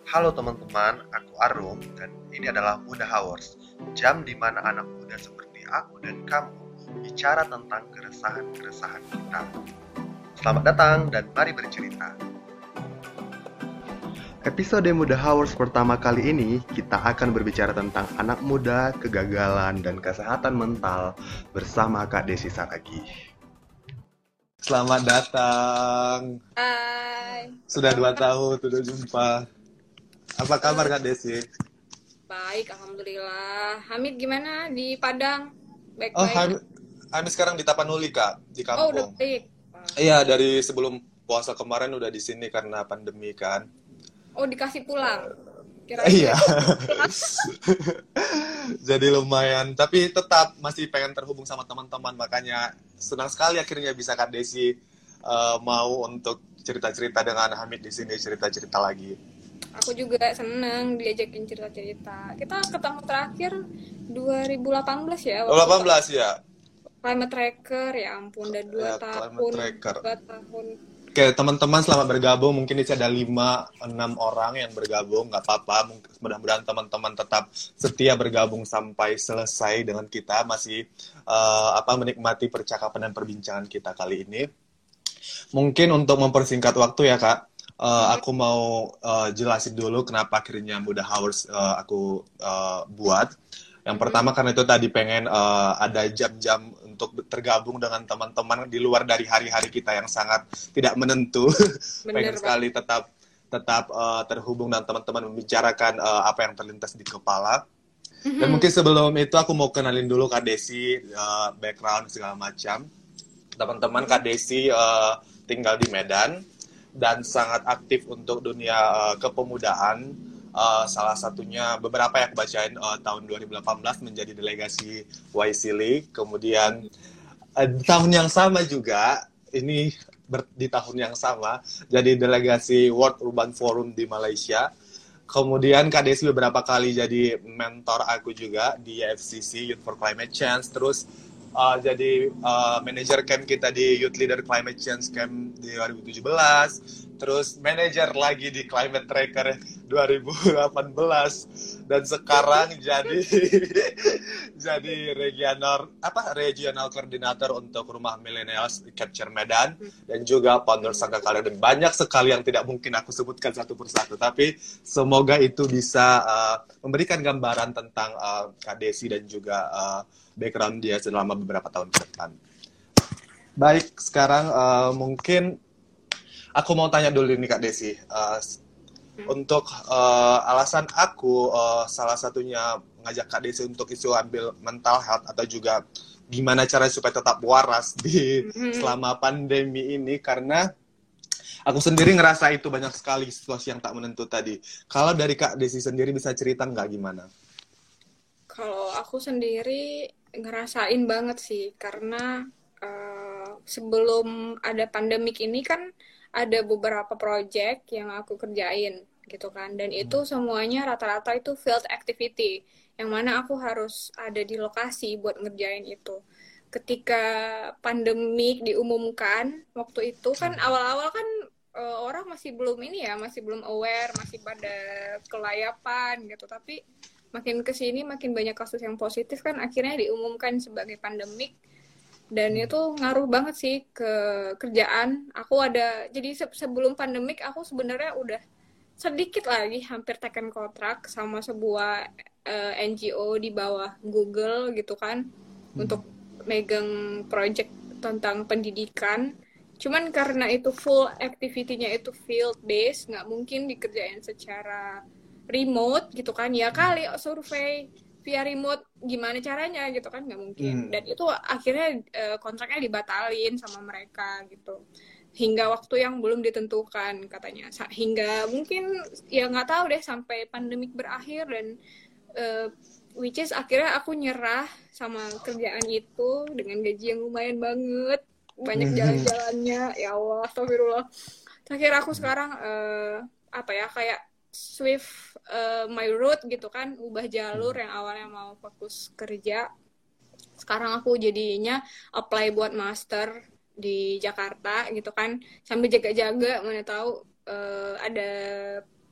Halo teman-teman, aku Arum dan ini adalah Muda Hours, jam di mana anak muda seperti aku dan kamu bicara tentang keresahan-keresahan kita. Selamat datang dan mari bercerita. Episode Muda Hours pertama kali ini kita akan berbicara tentang anak muda, kegagalan, dan kesehatan mental bersama Kak Desi Saragi. Selamat datang. Hai, Sudah 2 tahun, sudah jumpa. Apa kabar Kak Desi? baik, alhamdulillah. Hamid gimana di Padang? Oh, Baik-baik. Kami sekarang di Tapanuli, Kak, di Oh, udah kampung. baik. Wah. Iya, dari sebelum puasa kemarin udah di sini karena pandemi kan. Oh, dikasih pulang. Kirain Iya, nggak dikasih pulang. jadi lumayan. Tapi tetap masih pengen terhubung sama teman-teman. Makanya senang sekali akhirnya bisa Kak Desi mau untuk cerita-cerita dengan Hamid di sini, cerita-cerita lagi. Aku juga seneng diajakin cerita-cerita. Kita ketemu terakhir 2018 ya, Oh, waktu 18 ya? Climate Tracker. Ya ampun, udah dua Ya, Climate tahun. Tracker. 2 tahun. Oke, teman-teman selamat bergabung. Mungkin ini ada 5-6 orang yang bergabung. Nggak apa-apa. Mudah-mudahan teman-teman tetap setia bergabung sampai selesai dengan kita. Masih menikmati percakapan dan perbincangan kita kali ini. Mungkin untuk mempersingkat waktu ya, Kak. Aku mau jelasin dulu kenapa akhirnya Muda Hours aku buat. Yang pertama karena itu tadi pengen ada jam-jam untuk tergabung dengan teman-teman di luar dari hari-hari kita yang sangat tidak menentu. Pengen Bener banget. sekali tetap terhubung dan teman-teman membicarakan apa yang terlintas di kepala. Dan mungkin sebelum itu aku mau kenalin dulu Kak Desi, background segala macam. Teman-teman, Kak Desi tinggal di Medan dan sangat aktif untuk dunia kepemudaan. Salah satunya beberapa yang aku bacain tahun 2018 menjadi delegasi YSILI. Kemudian di tahun yang sama juga, ini di tahun yang sama, jadi delegasi World Urban Forum di Malaysia. Kemudian Kak Desi beberapa kali jadi mentor aku juga di YFCC, Youth for Climate Change. Terus jadi manajer camp kita di Youth Leader Climate Change Camp di 2017. Terus manajer lagi di Climate Tracker 2018. Dan sekarang jadi jadi regional koordinator untuk Rumah Millennials di Capture Medan dan juga founder Sangga Kalian. Dan banyak sekali yang tidak mungkin aku sebutkan satu persatu, tapi semoga itu bisa memberikan gambaran tentang Kak Desi dan juga background dia selama beberapa tahun ke depan. Baik, sekarang mungkin aku mau tanya dulu nih Kak Desi. Untuk alasan aku salah satunya mengajak Kak Desi untuk isu ambil mental health atau juga gimana cara supaya tetap waras di selama pandemi ini, karena aku sendiri ngerasa itu banyak sekali situasi yang tak menentu tadi. Kalau dari Kak Desi sendiri bisa cerita nggak gimana? Kalau aku sendiri ngerasain banget sih, karena sebelum ada pandemik ini kan ada beberapa project yang aku kerjain gitu kan, dan itu semuanya rata-rata itu field activity, yang mana aku harus ada di lokasi buat ngerjain itu. Ketika pandemik diumumkan, waktu itu kan awal-awal kan orang masih belum ini ya, masih belum aware, masih pada kelayapan gitu, tapi makin kesini makin banyak kasus yang positif kan, akhirnya diumumkan sebagai pandemik. Dan itu ngaruh banget sih ke kerjaan aku. Jadi sebelum pandemik aku sebenarnya udah sedikit lagi hampir taken kontrak sama sebuah NGO di bawah Google gitu kan, untuk megang project tentang pendidikan. Cuman karena itu full activity-nya itu field based, nggak mungkin dikerjain secara remote gitu kan, ya kali survei via remote gimana caranya gitu kan, nggak mungkin. Dan itu akhirnya kontraknya dibatalin sama mereka gitu, hingga waktu yang belum ditentukan katanya, hingga mungkin ya nggak tahu deh sampai pandemik berakhir. Dan which is akhirnya aku nyerah sama kerjaan itu dengan gaji yang lumayan banget, banyak jalan-jalannya, ya Allah, astagfirullah. Terakhir aku sekarang kayak swift my route gitu kan, ubah jalur. Yang awalnya mau fokus kerja, sekarang aku jadinya apply buat master di Jakarta gitu kan, sambil jaga-jaga, mana tahu ada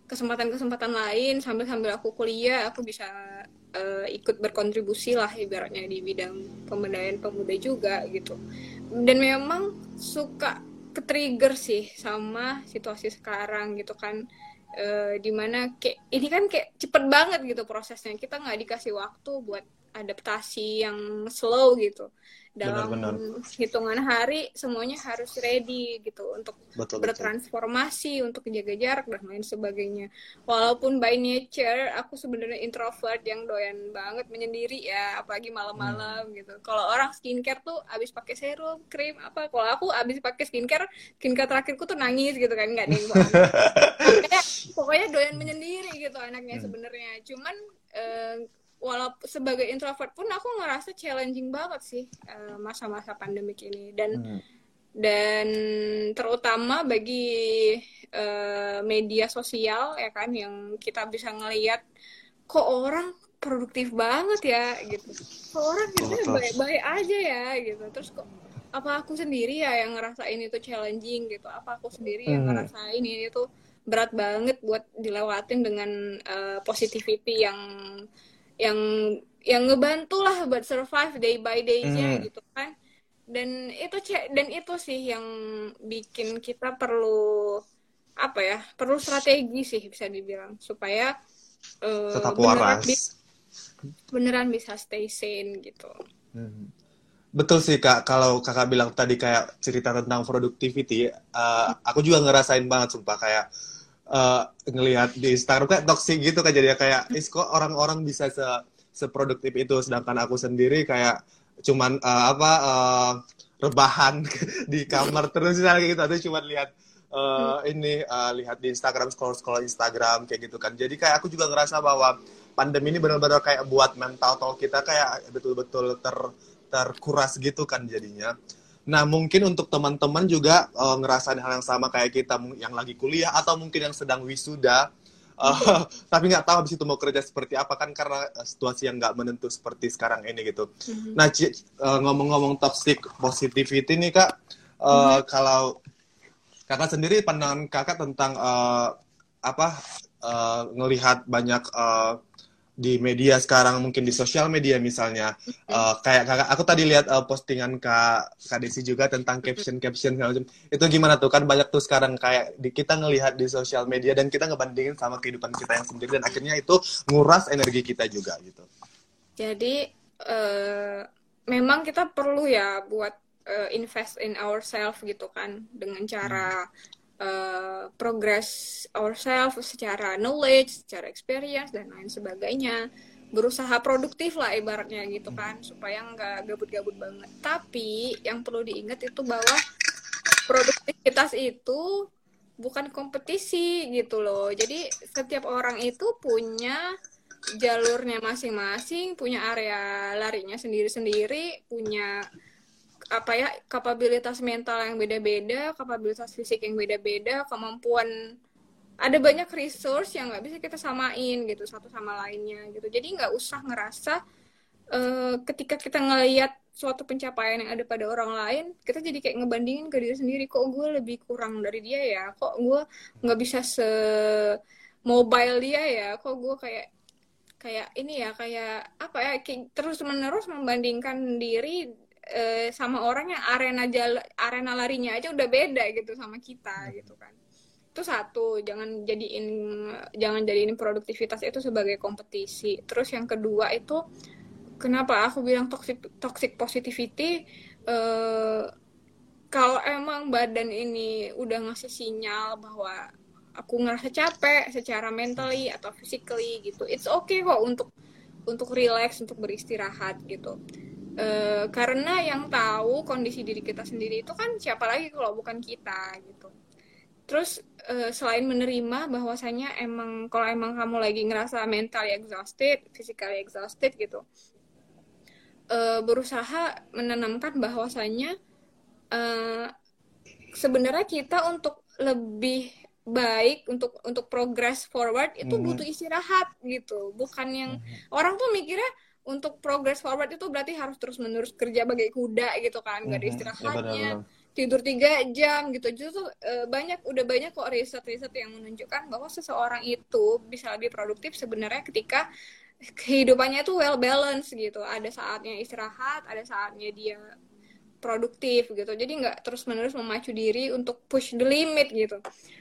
kesempatan-kesempatan lain sambil aku kuliah aku bisa ikut berkontribusi lah ibaratnya di bidang pemberdayaan pemuda juga gitu. Dan memang suka ke-trigger sih sama situasi sekarang gitu kan, dimana kayak ini kan kayak cepet banget gitu prosesnya, kita nggak dikasih waktu buat adaptasi yang slow gitu. Dalam Benar-benar. hitungan hari semuanya harus ready gitu untuk Betul, betul. bertransformasi, untuk jaga jarak dan lain sebagainya. Walaupun by nature aku sebenarnya introvert yang doyan banget menyendiri ya, apalagi malam-malam gitu. Kalau orang skincare tuh abis pakai serum, krim apa, kalau aku abis pakai skincare terakhirku tuh nangis gitu kan, nggak ada yang mau ambil. Pokoknya doyan menyendiri gitu anaknya sebenarnya. Cuman walaupun sebagai introvert pun aku ngerasa challenging banget sih masa-masa pandemik ini, dan terutama bagi media sosial ya kan, yang kita bisa ngelihat kok orang produktif banget ya gitu, kok orang hidupnya baik-baik aja ya gitu, terus kok apa aku sendiri ya yang ngerasain itu challenging gitu, apa aku sendiri yang ngerasain ini tuh berat banget buat dilewatin dengan positivity yang ngebantu lah buat survive day by day-nya gitu kan. Dan itu sih yang bikin kita perlu apa ya, perlu strategi sih bisa dibilang supaya Tetap waras. beneran bisa stay sane gitu. Betul sih Kak, kalau Kakak bilang tadi kayak cerita tentang productivity, aku juga ngerasain banget sumpah, kayak ngelihat di Instagram kayak toxic gitu kan, jadi kayak kok orang-orang bisa seproduktif itu, sedangkan aku sendiri kayak cuman rebahan di kamar terus kayak gitu, atau cuman lihat lihat di Instagram, scroll Instagram kayak gitu kan. Jadi kayak aku juga ngerasa bahwa pandemi ini benar-benar kayak buat mental kita kayak betul-betul terkuras gitu kan jadinya. Nah, mungkin untuk teman-teman juga ngerasain hal yang sama kayak kita yang lagi kuliah atau mungkin yang sedang wisuda, tapi nggak tahu habis itu mau kerja seperti apa kan, karena situasi yang nggak menentu seperti sekarang ini gitu. Nah, ngomong-ngomong toxic positivity nih Kak, kalau Kakak sendiri, pandangan Kakak tentang ngelihat banyak di media sekarang, mungkin di sosial media misalnya, kayak Kakak, aku tadi lihat postingan Kak Desi juga tentang caption itu gimana tuh, kan banyak tuh sekarang kayak kita ngelihat di sosial media dan kita ngebandingin sama kehidupan kita yang sendiri, dan akhirnya itu nguras energi kita juga gitu. Jadi memang kita perlu ya buat invest in ourselves gitu kan, dengan cara progress ourselves secara knowledge, secara experience dan lain sebagainya, berusaha produktif lah ibaratnya gitu kan, supaya nggak gabut-gabut banget. Tapi yang perlu diingat itu bahwa produktivitas itu bukan kompetisi gitu loh. Jadi setiap orang itu punya jalurnya masing-masing, punya area larinya sendiri-sendiri, punya kapabilitas mental yang beda-beda, kapabilitas fisik yang beda-beda, kemampuan, ada banyak resource yang nggak bisa kita samain gitu satu sama lainnya gitu. Jadi nggak usah ngerasa ketika kita ngelihat suatu pencapaian yang ada pada orang lain, kita jadi kayak ngebandingin ke diri sendiri, kok gue lebih kurang dari dia ya, kok gue nggak bisa se-mobile dia ya, kok gue kayak ini ya, kayak apa ya, kayak terus-menerus membandingkan diri sama orang yang arena larinya aja udah beda gitu sama kita gitu kan. Itu satu, jangan jadiin produktivitas itu sebagai kompetisi. Terus yang kedua itu, kenapa aku bilang toxic positivity, kalau emang badan ini udah ngasih sinyal bahwa aku ngerasa capek secara mentally atau physically gitu, it's okay kok untuk relax, untuk beristirahat gitu. Karena yang tahu kondisi diri kita sendiri itu kan siapa lagi kalau bukan kita gitu. Terus selain menerima bahwasanya kalau emang kamu lagi ngerasa mentally exhausted, physically exhausted gitu, berusaha menanamkan bahwasanya sebenarnya kita untuk lebih baik, untuk progress forward itu butuh istirahat gitu. Bukan yang orang tuh mikirnya untuk progress forward itu berarti harus terus-menerus kerja bagai kuda gitu kan, nggak ada istirahatnya. tidur 3 jam gitu. Justru udah banyak kok riset-riset yang menunjukkan bahwa seseorang itu bisa lebih produktif sebenarnya ketika kehidupannya itu well balance gitu. Ada saatnya istirahat, ada saatnya dia produktif gitu. Jadi nggak terus-menerus memacu diri untuk push the limit gitu.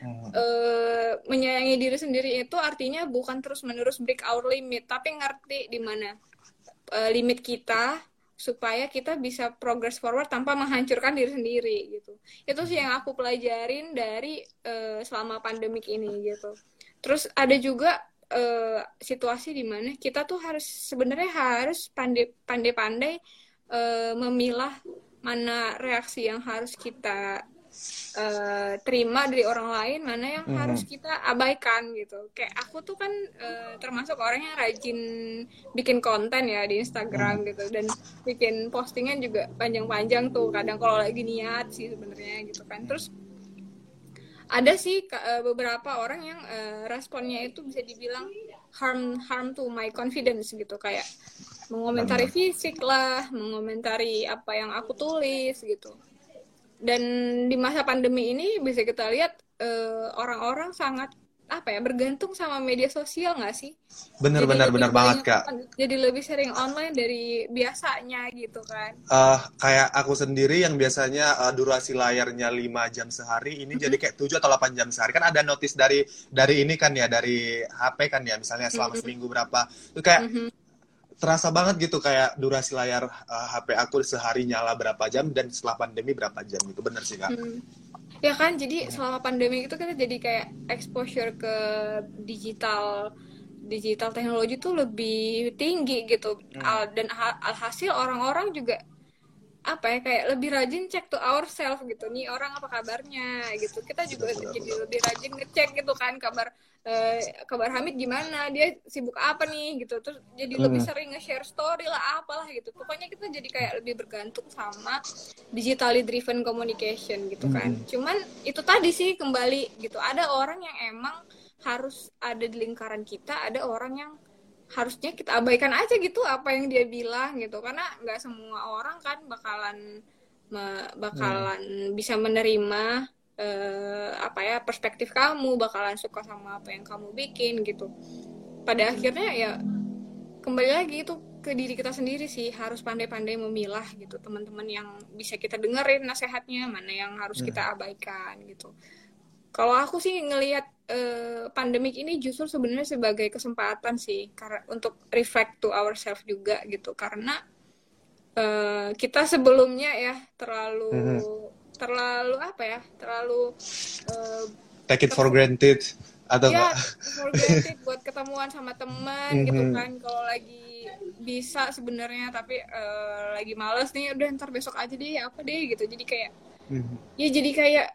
Menyayangi diri sendiri itu artinya bukan terus-menerus break our limit, tapi ngerti di mana limit kita supaya kita bisa progress forward tanpa menghancurkan diri sendiri gitu. Itu sih yang aku pelajarin dari selama pandemik ini gitu. Terus ada juga situasi di mana kita tuh sebenarnya harus pandai-pandai memilah mana reaksi yang harus kita terima dari orang lain, mana yang harus kita abaikan gitu. Kayak aku tuh kan termasuk orang yang rajin bikin konten ya di Instagram gitu, dan bikin postingan juga panjang-panjang tuh kadang kalau lagi niat sih sebenarnya gitu kan. Terus ada sih beberapa orang yang responnya itu bisa dibilang harm to my confidence gitu, kayak mengomentari fisik lah, mengomentari apa yang aku tulis gitu. Dan di masa pandemi ini bisa kita lihat orang-orang sangat bergantung sama media sosial nggak sih? Bener banget Kak. Jadi lebih sering online dari biasanya gitu kan. Kayak aku sendiri yang biasanya durasi layarnya 5 jam sehari, ini jadi kayak 7 atau 8 jam sehari. Kan ada notice dari ini kan ya, dari HP kan ya, misalnya selama seminggu berapa. Itu kayak terasa banget gitu, kayak durasi layar HP aku sehari nyala berapa jam, dan setelah pandemi berapa jam. Itu bener sih Kak. Ya kan, jadi selama pandemi itu kita jadi kayak exposure ke digital teknologi tuh lebih tinggi gitu. Dan alhasil orang-orang juga kayak lebih rajin cek to ourselves gitu, nih orang apa kabarnya gitu. Kita juga jadi lebih rajin ngecek gitu kan, kabar Hamid gimana, dia sibuk apa nih gitu. Terus jadi lebih sering nge-share story lah, apalah gitu. Pokoknya kita jadi kayak lebih bergantung sama digitally driven communication gitu kan. Cuman itu tadi sih, kembali gitu, ada orang yang emang harus ada di lingkaran kita, ada orang yang harusnya kita abaikan aja gitu apa yang dia bilang gitu, karena nggak semua orang kan bakalan bisa menerima perspektif kamu, bakalan suka sama apa yang kamu bikin gitu. Pada akhirnya ya kembali lagi itu ke diri kita sendiri sih, harus pandai-pandai memilah gitu teman-teman yang bisa kita dengerin nasihatnya, mana yang harus kita abaikan gitu. Kalau aku sih ngelihat pandemik ini justru sebenarnya sebagai kesempatan sih, karena untuk reflect to ourselves juga gitu, karena kita sebelumnya ya terlalu take it for granted atau ya for granted buat ketemuan sama teman gitu kan, kalau lagi bisa sebenarnya, tapi lagi males nih, udah ntar besok aja deh gitu. Jadi kayak jadi kayak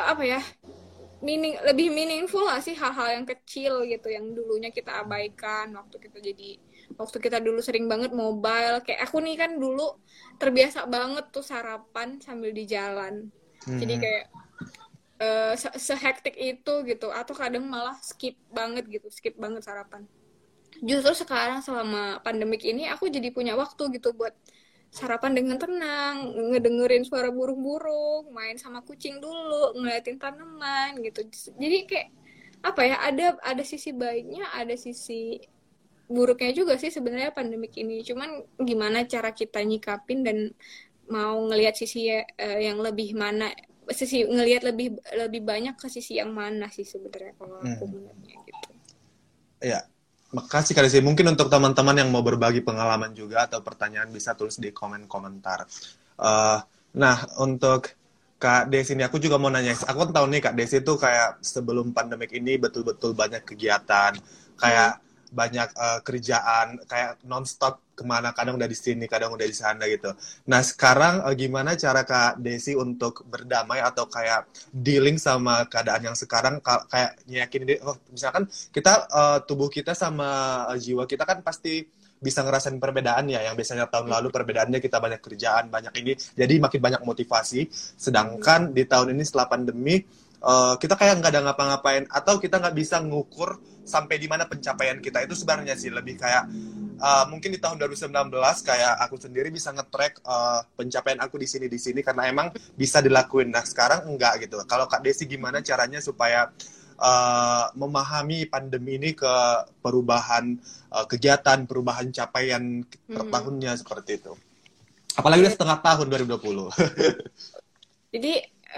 lebih meaningful lah sih hal-hal yang kecil gitu, yang dulunya kita abaikan waktu kita dulu sering banget mobile. Kayak aku nih kan dulu terbiasa banget tuh sarapan sambil di jalan. Jadi kayak sehektik itu gitu, atau kadang malah skip banget sarapan. Justru sekarang selama pandemik ini aku jadi punya waktu gitu buat sarapan dengan tenang, ngedengerin suara burung-burung, main sama kucing dulu, ngeliatin tanaman gitu. Jadi kayak ada sisi baiknya, ada sisi buruknya juga sih sebenarnya pandemik ini. Cuman gimana cara kita nyikapin dan mau ngelihat sisi yang lebih mana, ngelihat lebih banyak ke sisi yang mana sih sebenarnya kalau aku melihatnya gitu. Ya. Makasih Kak Desi. Mungkin untuk teman-teman yang mau berbagi pengalaman juga atau pertanyaan bisa tulis di komentar. Nah, untuk Kak Desi ini aku juga mau nanya. Aku kan tahu nih Kak Desi itu kayak sebelum pandemik ini betul-betul banyak kegiatan, kayak banyak kerjaan, kayak non-stop kemana, kadang udah di sini, kadang udah di sana gitu. Nah, sekarang gimana cara Kak Desi untuk berdamai atau kayak dealing sama keadaan yang sekarang, kayak nyakinin, misalkan kita, tubuh kita sama jiwa kita kan pasti bisa ngerasain perbedaan ya, yang biasanya tahun lalu perbedaannya kita banyak kerjaan, banyak ini, jadi makin banyak motivasi, sedangkan di tahun ini setelah pandemi, kita kayak nggak ada ngapa-ngapain, atau kita nggak bisa ngukur sampai di mana pencapaian kita. Itu sebenarnya sih lebih kayak mungkin di tahun 2019 kayak aku sendiri bisa nge-track pencapaian aku di sini karena emang bisa dilakuin. Nah sekarang enggak gitu. Kalau Kak Desi gimana caranya supaya memahami pandemi ini ke perubahan kegiatan, perubahan capaian per tahunnya seperti itu. Apalagi udah setengah tahun 2020. Jadi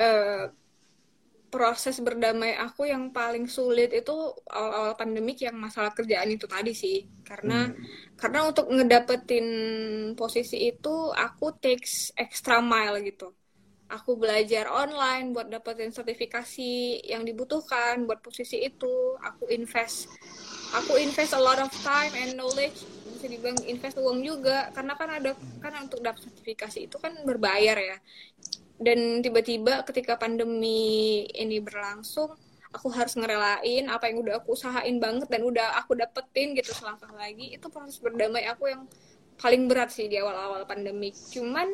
proses berdamai aku yang paling sulit itu awal-awal pandemik yang masalah kerjaan itu tadi sih. Karena untuk ngedapetin posisi itu aku takes extra mile gitu. Aku belajar online buat dapetin sertifikasi yang dibutuhkan buat posisi itu. Aku invest a lot of time and knowledge. Bisa dibilang invest uang juga karena kan untuk dapat sertifikasi itu kan berbayar ya. Dan tiba-tiba ketika pandemi ini berlangsung, aku harus ngerelain apa yang udah aku usahain banget dan udah aku dapetin gitu selangkah lagi. Itu proses berdamai aku yang paling berat sih di awal-awal pandemi. Cuman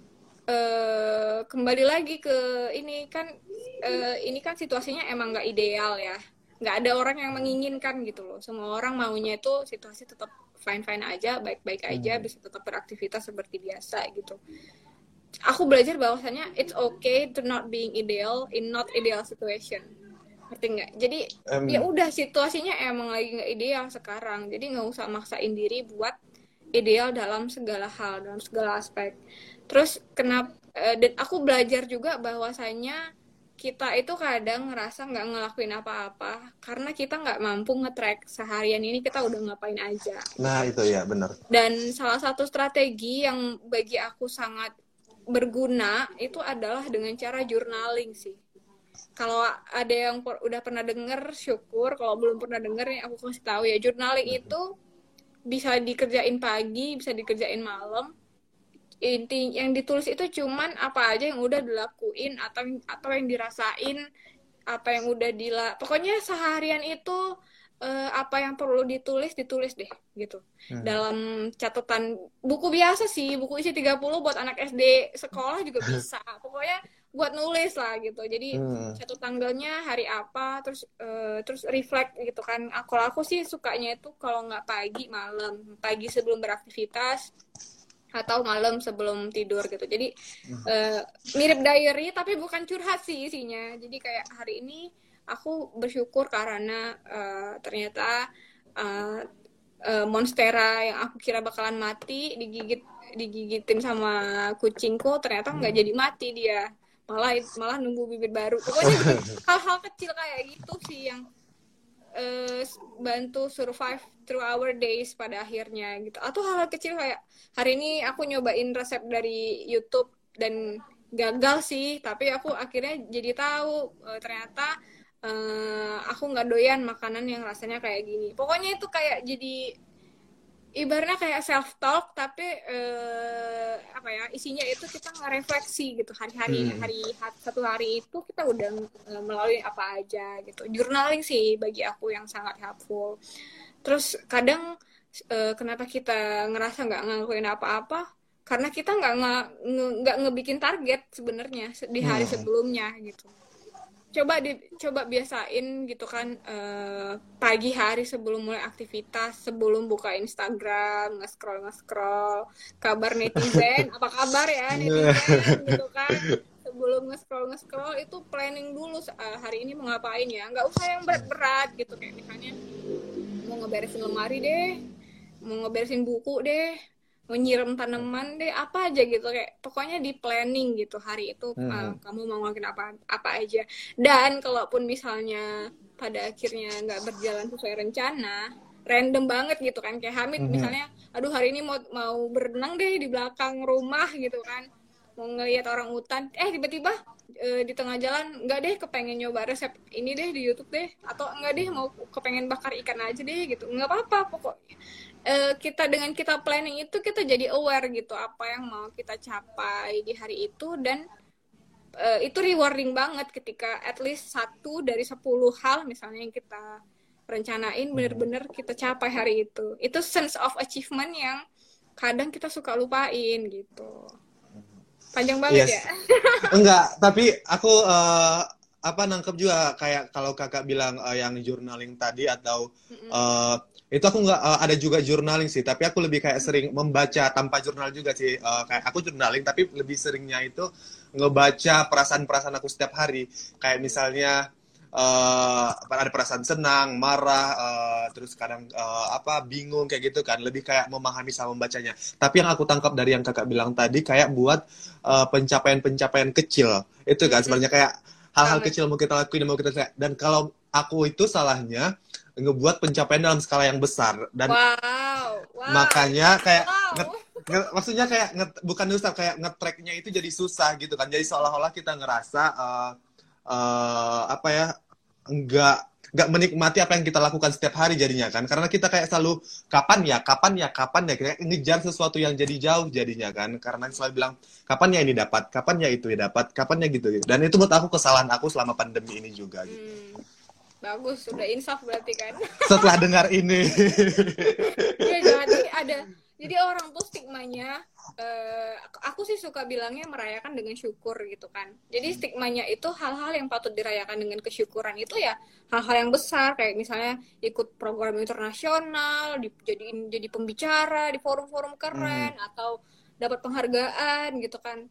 kembali lagi ke ini kan situasinya emang nggak ideal ya. Nggak ada orang yang menginginkan gitu loh. Semua orang maunya itu situasi tetap fine-fine aja, baik-baik aja, bisa tetap beraktivitas seperti biasa gitu. Aku belajar bahwasanya it's okay to not being ideal in not ideal situation. Ngerti nggak? Jadi ya udah situasinya emang lagi nggak ideal sekarang. Jadi nggak usah maksain diri buat ideal dalam segala hal, dalam segala aspek. Terus dan aku belajar juga bahwasanya kita itu kadang ngerasa nggak ngelakuin apa-apa karena kita nggak mampu nge-track seharian ini kita udah ngapain aja. Nah itu ya benar. Dan salah satu strategi yang bagi aku sangat berguna itu adalah dengan cara journaling sih. Kalau ada yang udah pernah denger syukur, kalau belum pernah denger nih aku kasih tahu ya, journaling itu bisa dikerjain pagi, bisa dikerjain malam. Inti yang ditulis itu cuman apa aja yang udah dilakuin atau yang dirasain, apa yang udah pokoknya seharian itu apa yang perlu ditulis deh gitu. Dalam catatan buku biasa sih, buku isi 30 buat anak SD sekolah juga bisa. Pokoknya buat nulis lah gitu. Jadi catat tanggalnya hari apa, terus reflect gitu kan. Kalau aku sih sukanya itu kalau nggak pagi, malam. Pagi sebelum beraktivitas atau malam sebelum tidur gitu. Jadi mirip diary tapi bukan curhat sih isinya. Jadi kayak hari ini aku bersyukur karena ternyata monstera yang aku kira bakalan mati digigitin sama kucingku ternyata nggak jadi mati dia, malah nunggu bibit baru. Pokoknya hal-hal kecil kayak gitu sih yang bantu survive through our days pada akhirnya gitu. Atau hal-hal kecil kayak hari ini aku nyobain resep dari YouTube dan gagal sih, tapi aku akhirnya jadi tahu ternyata aku nggak doyan makanan yang rasanya kayak gini. Pokoknya itu kayak jadi ibaratnya kayak self talk tapi isinya itu kita ngerefleksi gitu hari-hari satu hari itu kita udah melalui apa aja gitu. Journaling sih bagi aku yang sangat helpful. Terus kadang kenapa kita ngerasa nggak ngelakuin apa-apa karena kita nggak ngebikin target sebenarnya di hari sebelumnya gitu. Coba biasain gitu kan pagi hari sebelum mulai aktivitas, sebelum buka Instagram, nge-scroll kabar netizen, apa kabar ya netizen gitu kan. Sebelum nge-scroll itu planning dulu hari ini mau ngapain ya. Nggak usah yang berat-berat gitu, kayak misalnya mau ngeberesin lemari deh, mau ngeberesin buku deh, mau nyiram tanaman deh, apa aja gitu, kayak pokoknya di planning gitu hari itu kamu mau ngelakuin apa aja. Dan kalaupun misalnya pada akhirnya nggak berjalan sesuai rencana, random banget gitu kan, kayak Hamid misalnya, aduh hari ini mau berenang deh di belakang rumah gitu kan, mau ngeliat orang hutan, tiba-tiba di tengah jalan nggak deh kepengen nyoba resep ini deh di YouTube deh, atau nggak deh mau kepengen bakar ikan aja deh gitu, nggak apa-apa pokoknya. Kita dengan kita planning itu kita jadi aware gitu apa yang mau kita capai di hari itu, dan itu rewarding banget ketika at least 1 dari 10 hal misalnya yang kita rencanain benar-benar kita capai hari itu. Itu sense of achievement yang kadang kita suka lupain gitu. Panjang banget ya? Enggak, tapi aku apa nangkep juga kayak kalau kakak bilang yang journaling tadi atau Mm-mm. itu aku nggak ada juga journaling sih, tapi aku lebih kayak sering membaca tanpa jurnal juga sih. Kayak aku journaling tapi lebih seringnya itu ngebaca perasaan-perasaan aku setiap hari. Kayak misalnya ada perasaan senang, marah, terus kadang apa bingung kayak gitu kan. Lebih kayak memahami sama membacanya. Tapi yang aku tangkap dari yang kakak bilang tadi kayak buat pencapaian-pencapaian kecil. Itu kan Mm-mm. sebenarnya kayak hal-hal Banget. kecil mau kita lakuin, mau kita dan kalau aku itu salahnya ngebuat pencapaian dalam skala yang besar dan Wow, wow, makanya kayak wow. maksudnya kayak bukan susah kayak nge-tracknya itu jadi susah gitu kan, jadi seolah-olah kita ngerasa apa ya nggak nggak menikmati apa yang kita lakukan setiap hari jadinya kan, karena kita kayak selalu kapan ya kayak ngejar sesuatu yang jadi jauh jadinya kan, karena selalu bilang kapan ya ini dapat, kapan ya itu ya dapat, kapan ya gitu, dan itu menurut aku kesalahan aku selama pandemi ini juga gitu. Hmm, bagus, udah insaf berarti kan. Setelah dengar ini Iya, jadi orang tuh stigmanya, aku sih suka bilangnya merayakan dengan syukur gitu kan. Jadi stigmanya itu hal-hal yang patut dirayakan dengan kesyukuran itu ya hal-hal yang besar, kayak misalnya ikut program internasional, jadi pembicara di forum-forum keren, atau dapat penghargaan gitu kan.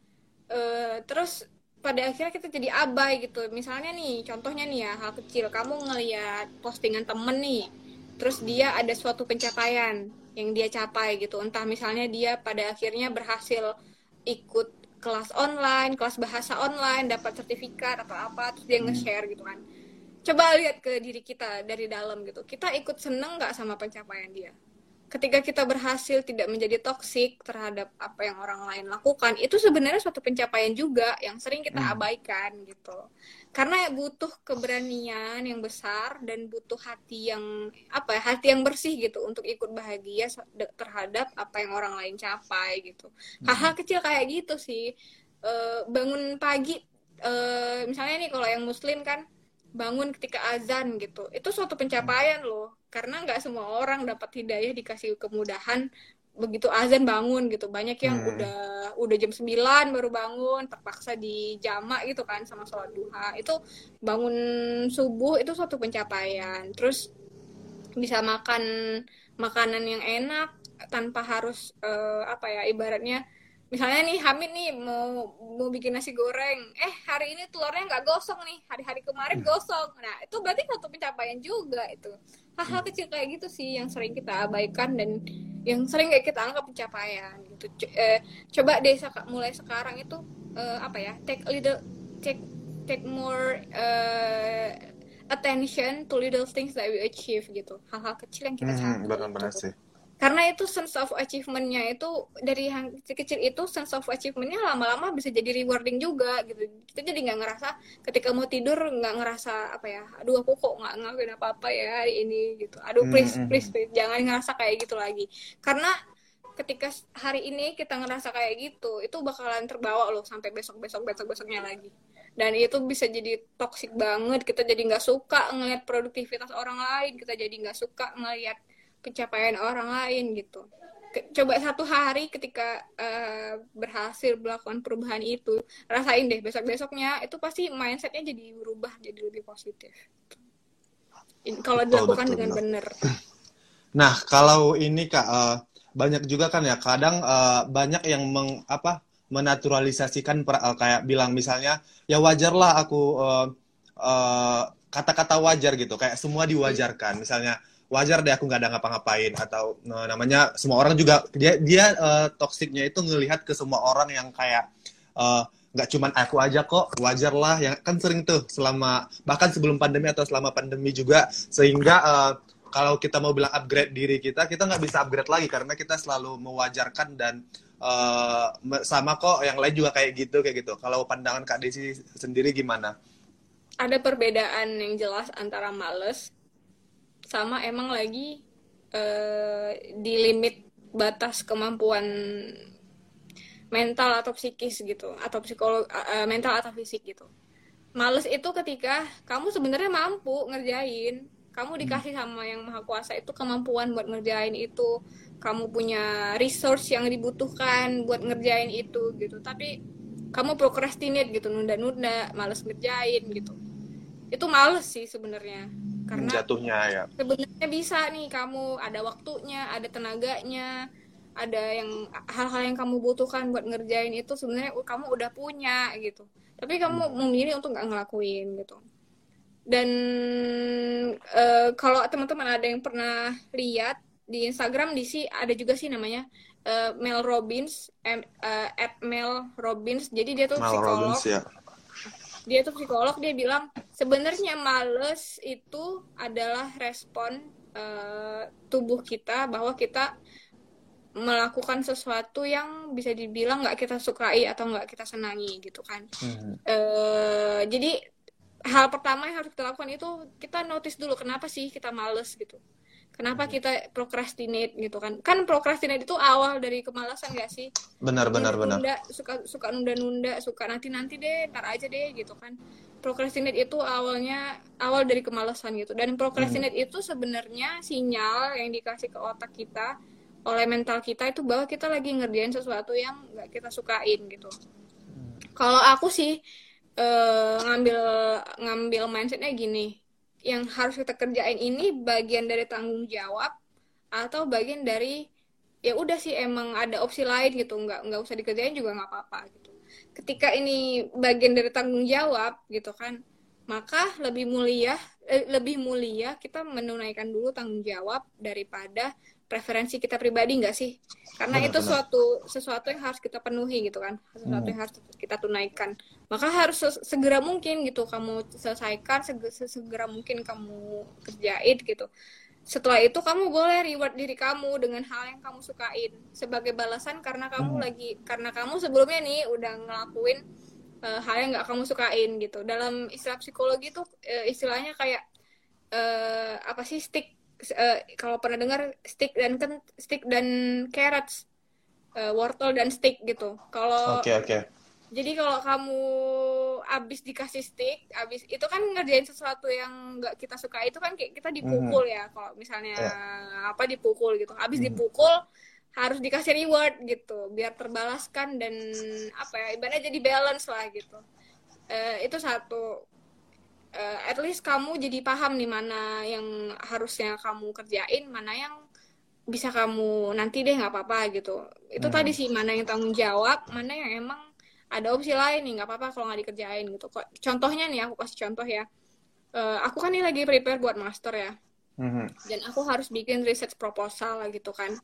Terus pada akhirnya kita jadi abai gitu. Misalnya nih, contohnya nih ya, hal kecil, kamu ngelihat postingan temen nih, terus dia ada suatu pencapaian yang dia capai gitu, entah misalnya dia pada akhirnya berhasil ikut kelas online, kelas bahasa online, dapat sertifikat atau apa, terus dia nge-share gitu kan. Coba lihat ke diri kita dari dalam gitu, kita ikut seneng nggak sama pencapaian dia? Ketika kita berhasil tidak menjadi toksik terhadap apa yang orang lain lakukan, itu sebenarnya suatu pencapaian juga yang sering kita abaikan gitu. Karena butuh keberanian yang besar dan butuh hati yang hati yang bersih gitu untuk ikut bahagia terhadap apa yang orang lain capai gitu. Hal-hal kecil kayak gitu sih. Bangun pagi, misalnya nih kalau yang muslim kan bangun ketika azan gitu, itu suatu pencapaian loh, karena nggak semua orang dapat hidayah dikasih kemudahan begitu azan bangun gitu. Banyak yang udah jam 9 baru bangun, terpaksa di jamak gitu kan sama sholat duha. Itu bangun subuh itu suatu pencapaian. Terus bisa makan makanan yang enak tanpa harus ibaratnya misalnya nih Hamid nih mau bikin nasi goreng, hari ini telurnya nggak gosong nih, hari-hari kemarin gosong. Nah itu berarti satu pencapaian juga itu. Hal-hal kecil kayak gitu sih yang sering kita abaikan dan yang sering kayak kita anggap pencapaian gitu. Coba deh mulai sekarang itu take more attention to little things that we achieve gitu, hal-hal kecil yang kita capai benar-benar gitu. sih. Karena itu sense of achievement-nya itu dari yang kecil-kecil itu, sense of achievement-nya lama-lama bisa jadi rewarding juga gitu. Kita jadi nggak ngerasa ketika mau tidur nggak ngerasa aduh aku kok nggak ngelakuin apa-apa ya hari ini gitu. Aduh please jangan ngerasa kayak gitu lagi. Karena ketika hari ini kita ngerasa kayak gitu, itu bakalan terbawa loh sampai besoknya lagi. Dan itu bisa jadi toxic banget. Kita jadi nggak suka ngelihat produktivitas orang lain, kita jadi nggak suka ngelihat pencapaian orang lain gitu. Coba satu hari ketika berhasil melakukan perubahan itu, rasain deh besoknya itu pasti mindsetnya jadi berubah, jadi lebih positif. Kalau dilakukan dengan benar. Nah kalau ini Kak, banyak juga kan ya kadang banyak yang menaturalisasikan kayak bilang misalnya ya wajarlah aku kata-kata wajar gitu, kayak semua diwajarkan. Misalnya wajar deh aku nggak ada ngapa-ngapain, atau namanya semua orang juga dia toksiknya itu ngelihat ke semua orang yang kayak nggak cuman aku aja kok, wajar lah, yang kan sering tuh selama bahkan sebelum pandemi atau selama pandemi juga, sehingga kalau kita mau bilang upgrade diri kita nggak bisa upgrade lagi karena kita selalu mewajarkan dan sama kok yang lain juga kayak gitu. Kalau pandangan Kak Desi sendiri gimana? Ada perbedaan yang jelas antara males sama emang lagi di limit batas kemampuan mental atau psikis gitu, atau mental atau fisik gitu. Males itu ketika kamu sebenarnya mampu ngerjain, kamu dikasih sama yang maha kuasa itu kemampuan buat ngerjain itu, kamu punya resource yang dibutuhkan buat ngerjain itu gitu, tapi kamu procrastinate gitu, nunda-nunda, males ngerjain gitu. itu males sih sebenarnya. Karena Jatuhnya ya. sebenarnya bisa nih, kamu ada waktunya, ada tenaganya, ada yang hal-hal yang kamu butuhkan buat ngerjain itu sebenarnya kamu udah punya gitu. Tapi kamu memilih untuk nggak ngelakuin gitu. Dan kalau teman-teman ada yang pernah lihat di Instagram ada juga sih namanya Mel Robbins, Mel Robbins. Jadi dia tuh Mel psikolog. Robbins, ya. Dia tuh psikolog, dia bilang sebenarnya males itu adalah respon tubuh kita bahwa kita melakukan sesuatu yang bisa dibilang nggak kita sukai atau nggak kita senangi gitu kan. Jadi hal pertama yang harus kita lakukan itu kita notice dulu kenapa sih kita males gitu. Kenapa kita procrastinate gitu kan? Kan procrastinate itu awal dari kemalasan nggak sih? Benar. Suka nunda-nunda, suka nanti deh, ntar aja deh gitu kan. Procrastinate itu awal dari kemalasan gitu. Dan procrastinate itu sebenarnya sinyal yang dikasih ke otak kita oleh mental kita itu bahwa kita lagi ngerjain sesuatu yang nggak kita sukain gitu. Kalau aku sih ngambil mindsetnya gini, yang harus kita kerjain ini bagian dari tanggung jawab atau bagian dari ya udah sih emang ada opsi lain gitu, nggak usah dikerjain juga nggak apa-apa gitu. Ketika ini bagian dari tanggung jawab gitu kan, maka lebih mulia kita menunaikan dulu tanggung jawab daripada preferensi kita pribadi, nggak sih? Karena itu sesuatu yang harus kita penuhi gitu kan, sesuatu yang harus kita tunaikan. Maka harus segera mungkin gitu kamu selesaikan, segera mungkin kamu kerjain gitu. Setelah itu kamu boleh reward diri kamu dengan hal yang kamu sukain sebagai balasan karena kamu sebelumnya nih udah ngelakuin hal yang nggak kamu sukain gitu. Dalam istilah psikologi tuh istilahnya kayak apa sih, kalau pernah dengar stick dan carrots, wortel dan stick gitu. Jadi kalau kamu abis dikasih stick, itu kan ngerjain sesuatu yang nggak kita suka, itu kan kayak kita dipukul ya. Kalau misalnya dipukul gitu, abis dipukul harus dikasih reward gitu, biar terbalaskan dan ibaratnya jadi balance lah gitu. Itu satu. At least kamu jadi paham nih mana yang harusnya kamu kerjain, mana yang bisa kamu nanti deh nggak apa-apa gitu. Itu tadi sih, mana yang tanggung jawab, mana yang emang ada opsi lain nih nggak apa-apa kalau nggak dikerjain gitu. Contohnya nih, aku kasih contoh ya. Aku kan nih lagi prepare buat master ya, dan aku harus bikin research proposal lah gitu kan.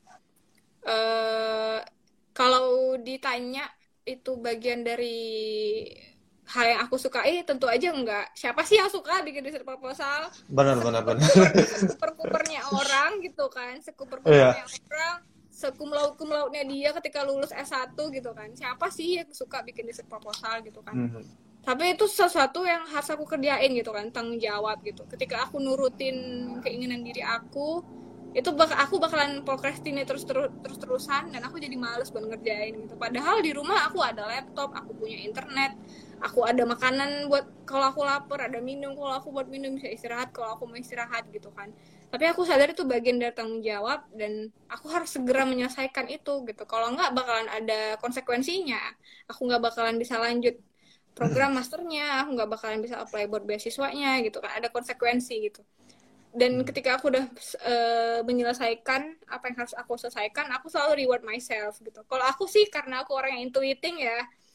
Kalau ditanya itu bagian dari hal yang aku sukai, tentu aja enggak. Siapa sih yang suka bikin research proposal? Benar. Sekuper-kupernya orang gitu kan, sekuper-kupernya orang, sekum lautnya dia ketika lulus S1 gitu kan. Siapa sih yang suka bikin research proposal gitu kan? Tapi itu sesuatu yang harus aku kerjain gitu kan, tanggung jawab gitu. Ketika aku nurutin keinginan diri aku, itu aku bakalan procrastinate terus-terusan dan aku jadi males buat ngerjain gitu. Padahal di rumah aku ada laptop, aku punya internet, aku ada makanan buat kalau aku lapar, ada minum kalau aku buat minum, bisa istirahat kalau aku mau istirahat gitu kan. Tapi aku sadar itu bagian dari tanggung jawab dan aku harus segera menyelesaikan itu gitu. Kalau nggak bakalan ada konsekuensinya. Aku nggak bakalan bisa lanjut program masternya, aku nggak bakalan bisa apply buat beasiswanya gitu kan. Ada konsekuensi gitu. Dan ketika aku udah menyelesaikan apa yang harus aku selesaikan, aku selalu reward myself gitu. Kalau aku sih karena aku orang yang intuiting ya,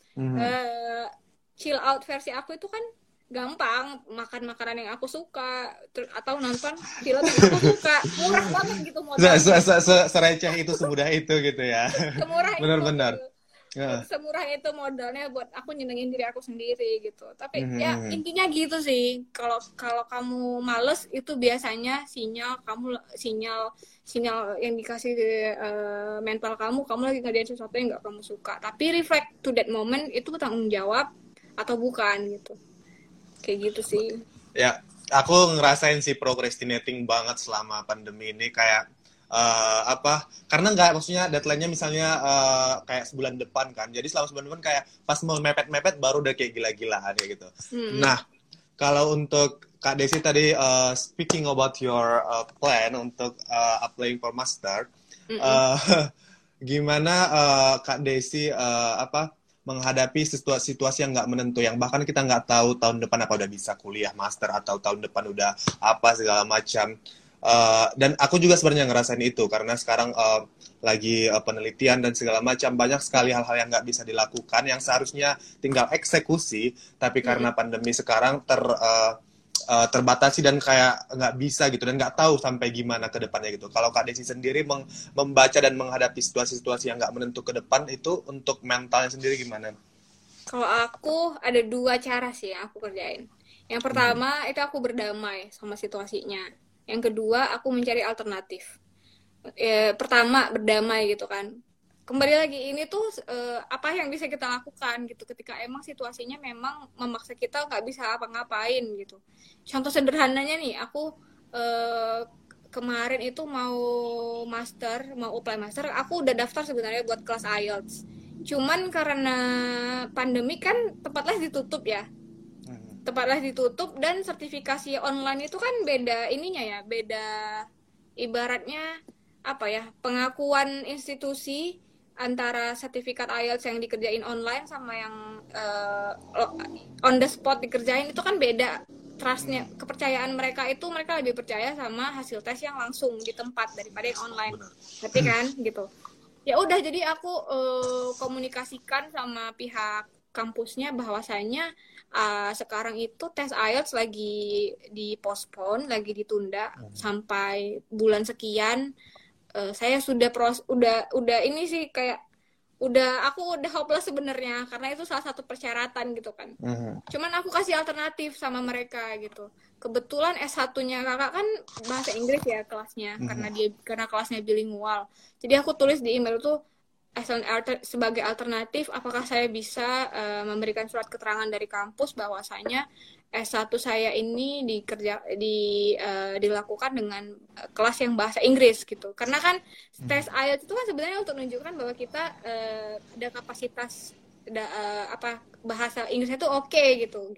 chill out versi aku itu kan gampang, makan makanan yang aku suka atau nonton film yang aku suka, murah banget gitu modalnya. Sereceh itu, semudah itu gitu ya. Semurah Benar. itu. Semurah itu modalnya buat aku nyenengin diri aku sendiri gitu. Tapi ya intinya gitu sih. Kalau kamu males itu biasanya sinyal yang dikasih mental kamu lagi ngerjain sesuatu yang nggak kamu suka. Tapi reflect to that moment, itu tanggung jawab atau bukan gitu. Kayak gitu sih. Ya, aku ngerasain sih procrastinating banget selama pandemi ini, kayak karena nggak, maksudnya deadline-nya misalnya kayak sebulan depan kan, jadi selama sebulan depan kayak pas mau mepet baru udah kayak gila-gilaan ya gitu. Nah, kalau untuk Kak Desi tadi speaking about your plan untuk applying for master, gimana Kak Desi menghadapi situasi yang nggak menentu, yang bahkan kita nggak tahu tahun depan apa udah bisa kuliah master atau tahun depan udah apa segala macam. Dan aku juga sebenarnya ngerasain itu karena sekarang lagi penelitian dan segala macam, banyak sekali hal-hal yang nggak bisa dilakukan yang seharusnya tinggal eksekusi, tapi karena pandemi sekarang terbatasi dan kayak nggak bisa gitu dan nggak tahu sampai gimana ke depannya gitu. Kalau Kak Desi sendiri membaca dan menghadapi situasi-situasi yang nggak menentu ke depan, itu untuk mentalnya sendiri gimana? Kalau aku ada dua cara sih yang aku kerjain. Yang pertama itu aku berdamai sama situasinya. Yang kedua aku mencari alternatif. Pertama berdamai gitu kan. Kembali lagi ini tuh apa yang bisa kita lakukan gitu ketika emang situasinya memang memaksa kita nggak bisa apa-ngapain gitu. Contoh sederhananya nih, aku kemarin itu mau apply master, aku udah daftar sebenarnya buat kelas IELTS. Cuman karena pandemi kan tempat les ditutup ya. Tempat les ditutup dan sertifikasi online itu kan beda ininya ya, beda ibaratnya apa ya, pengakuan institusi antara sertifikat IELTS yang dikerjain online sama yang on the spot dikerjain itu kan beda. Trustnya, kepercayaan mereka itu mereka lebih percaya sama hasil tes yang langsung di tempat daripada yang online. Ngerti kan gitu. Ya udah, jadi aku komunikasikan sama pihak kampusnya bahwasanya sekarang itu tes IELTS lagi dipospon, lagi ditunda sampai bulan sekian. Saya udah ini sih kayak aku udah hopeless sebenarnya karena itu salah satu persyaratan gitu kan. Cuman aku kasih alternatif sama mereka gitu. Kebetulan S1-nya kakak kan bahasa Inggris ya kelasnya, karena kelasnya bilingual. Jadi aku tulis di email tuh sebagai alternatif apakah saya bisa memberikan surat keterangan dari kampus bahwasanya S1 saya ini dilakukan dengan kelas yang bahasa Inggris gitu. Karena kan tes IELTS itu kan sebenarnya untuk menunjukkan bahwa kita ada kapasitas bahasa Inggrisnya itu oke gitu.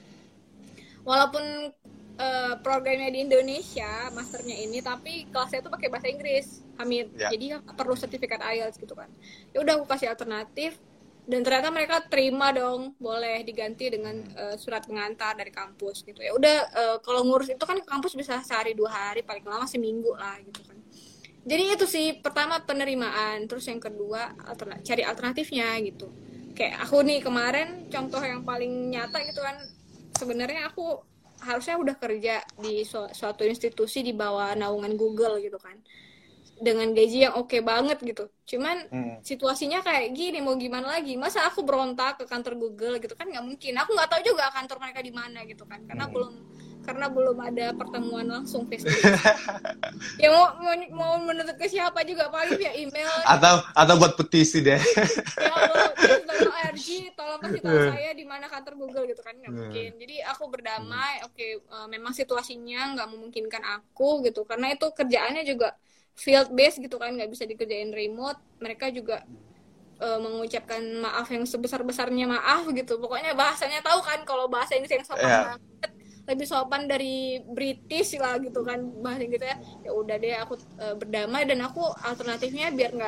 Walaupun programnya di Indonesia masternya ini, tapi kelasnya itu pakai bahasa Inggris, Hamid. Jadi perlu sertifikat IELTS gitu kan. Ya udah aku kasih alternatif. Dan ternyata mereka terima dong, boleh diganti dengan surat pengantar dari kampus gitu. Ya udah, kalau ngurus itu kan ke kampus bisa sehari 2 hari, paling lama seminggu lah gitu kan. Jadi itu sih, pertama penerimaan, terus yang kedua cari alternatifnya gitu. Kayak aku nih kemarin, contoh yang paling nyata gitu kan, sebenarnya aku harusnya udah kerja di suatu institusi di bawah naungan Google gitu kan, dengan gaji yang oke banget gitu. Cuman situasinya kayak gini, mau gimana lagi? Masa aku berontak ke kantor Google gitu kan? Nggak mungkin. Aku nggak tahu juga kantor mereka di mana gitu kan, karena belum ada pertemuan langsung face to face. Ya mau menuntut ke siapa juga, paling via email atau buat petisi deh. Ya Allah, ORG tolong kasih tahu saya di mana kantor Google gitu kan. Nggak mungkin. Jadi aku berdamai, memang situasinya nggak memungkinkan aku gitu, karena itu kerjaannya juga field based gitu kan, nggak bisa dikerjain remote. Mereka juga mengucapkan maaf yang sebesar-besarnya maaf gitu. Pokoknya bahasanya tahu kan, kalau bahasa Inggris yang sopan banget, lebih sopan dari British lah gitu kan bahasa gitu ya. Ya udah deh, aku berdamai, dan aku alternatifnya biar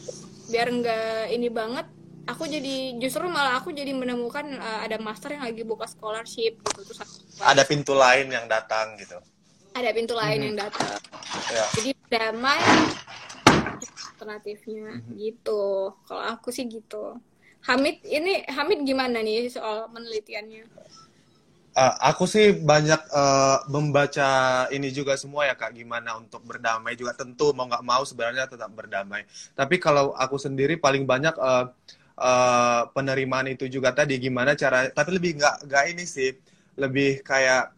nggak ini banget. Aku malah jadi menemukan ada master yang lagi buka scholarship gitu. Terus ada pintu lain yang datang gitu. Ada pintu lain yang datang. Jadi damai alternatifnya gitu. Kalau aku sih gitu. Hamid gimana nih soal penelitiannya? Aku sih banyak membaca ini juga semua ya Kak, gimana untuk berdamai juga. Tentu mau nggak mau sebenarnya tetap berdamai. Tapi kalau aku sendiri paling banyak penerimaan itu juga tadi, gimana cara, tapi lebih nggak ini sih, lebih kayak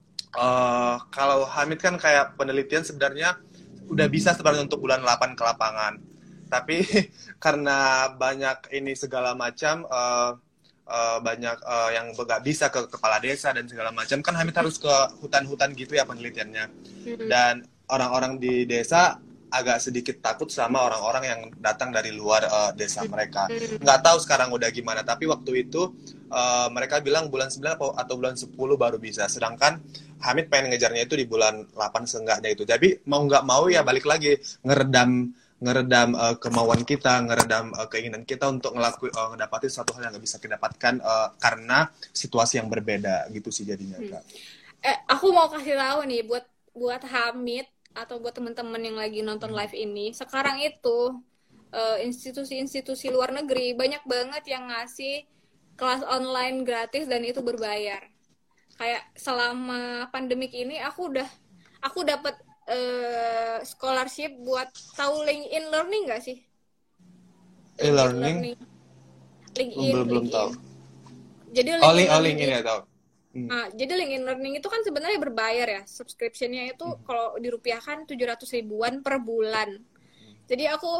kalau Hamid kan kayak penelitian sebenarnya udah bisa sebenarnya untuk bulan 8 ke lapangan. Tapi karena banyak ini segala macam, banyak yang nggak bisa ke kepala desa dan segala macam, kan Hamid harus ke hutan-hutan gitu ya penelitiannya. Dan orang-orang di desa agak sedikit takut sama orang-orang yang datang dari luar desa mereka. Nggak tahu sekarang udah gimana, tapi waktu itu mereka bilang bulan 9 atau bulan 10 baru bisa. Sedangkan Hamid pengen ngejarnya itu di bulan 8 seenggaknya itu. Jadi mau nggak mau ya balik lagi ngeredam ngeredam kemauan kita, ngeredam keinginan kita untuk ngedapatin satu hal yang nggak bisa kita dapatkan karena situasi yang berbeda gitu sih jadinya Kak. Aku mau kasih tahu nih buat Hamid atau buat teman-teman yang lagi nonton live ini, sekarang itu institusi-institusi luar negeri banyak banget yang ngasih kelas online gratis dan itu berbayar. Kayak selama pandemik ini aku dapat scholarship buat tahu LinkedIn Learning nggak sih? E-learning? LinkedIn. Belum tahu. Jadi LinkedIn ya tahu. Nah, jadi LinkedIn Learning itu kan sebenarnya berbayar ya. Subscription-nya itu kalau dirupiahkan 700 ribuan per bulan. Jadi aku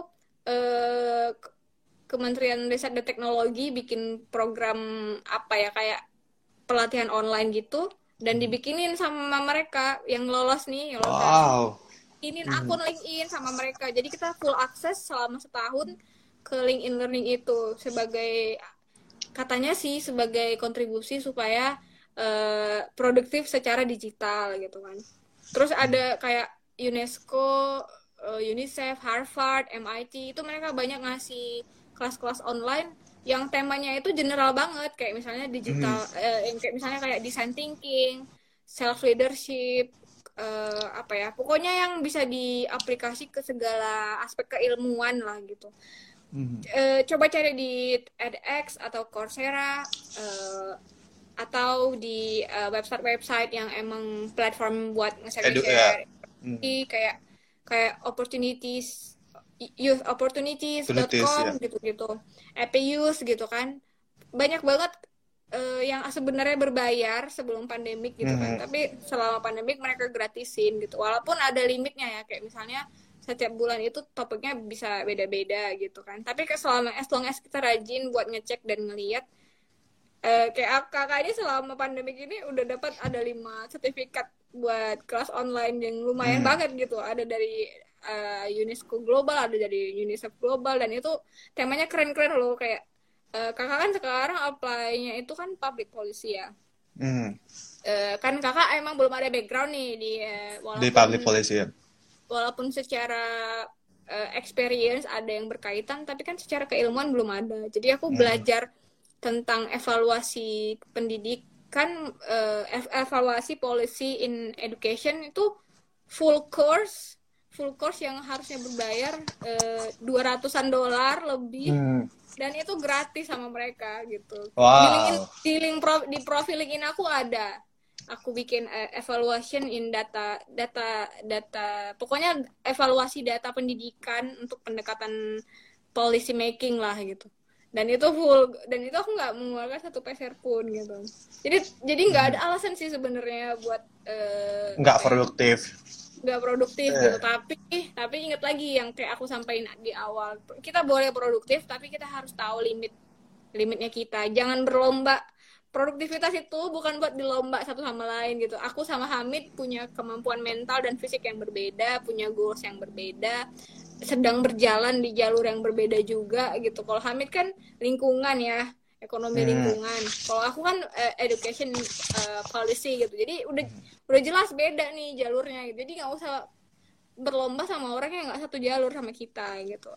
Kementerian Riset dan Teknologi bikin program apa ya, kayak pelatihan online gitu, dan dibikinin sama mereka yang lolos nih, yang lolos. Wow. Ini akun LinkedIn sama mereka. Jadi kita full akses selama setahun ke LinkedIn Learning itu sebagai, katanya sih sebagai kontribusi supaya produktif secara digital gitu kan. Terus ada kayak UNESCO, UNICEF, Harvard, MIT, itu mereka banyak ngasih kelas-kelas online yang temanya itu general banget, kayak misalnya digital, kayak misalnya kayak design thinking, self leadership, apa ya, pokoknya yang bisa diaplikasi ke segala aspek keilmuan lah gitu. Coba cari di edX atau Coursera, atau di website yang emang platform buat nge-share kayak opportunities, youthopportunities.com gitu-gitu, Epius gitu kan. Banyak banget yang sebenarnya berbayar sebelum pandemik gitu kan, tapi selama pandemik mereka gratisin gitu, walaupun ada limitnya ya, kayak misalnya setiap bulan itu topiknya bisa beda-beda gitu kan, tapi selama as long as kita rajin buat ngecek dan ngeliat, kayak kakak ini selama pandemik ini udah dapat ada 5 sertifikat buat kelas online yang lumayan banget gitu, ada dari UNESCO Global, ada dari UNICEF Global, dan itu temanya keren-keren loh. Kayak kakak kan sekarang apply-nya itu kan public policy ya. Kan kakak emang belum ada background nih di public policy ya. Walaupun secara experience ada yang berkaitan, tapi kan secara keilmuan belum ada. Jadi aku belajar tentang evaluasi pendidikan, evaluasi policy in education itu full course yang harusnya berbayar $200 lebih, dan itu gratis sama mereka gitu. Wow. Di profil LinkedIn aku bikin evaluation in data, pokoknya evaluasi data pendidikan untuk pendekatan policy making lah gitu. Dan itu aku nggak mengeluarkan satu peser pun gitu. Jadi nggak ada alasan sih sebenarnya buat nggak produktif gitu. Tapi ingat lagi yang kayak aku sampaikan di awal, kita boleh produktif tapi kita harus tahu limitnya kita. Jangan berlomba. Produktivitas itu bukan buat dilomba satu sama lain gitu. Aku sama Hamid punya kemampuan mental dan fisik yang berbeda, punya goals yang berbeda, sedang berjalan di jalur yang berbeda juga gitu. Kalau Hamid kan lingkungan ya, ekonomi lingkungan. Kalau aku kan education policy gitu. Jadi udah jelas beda nih jalurnya gitu. Jadi nggak usah berlomba sama orang yang nggak satu jalur sama kita gitu.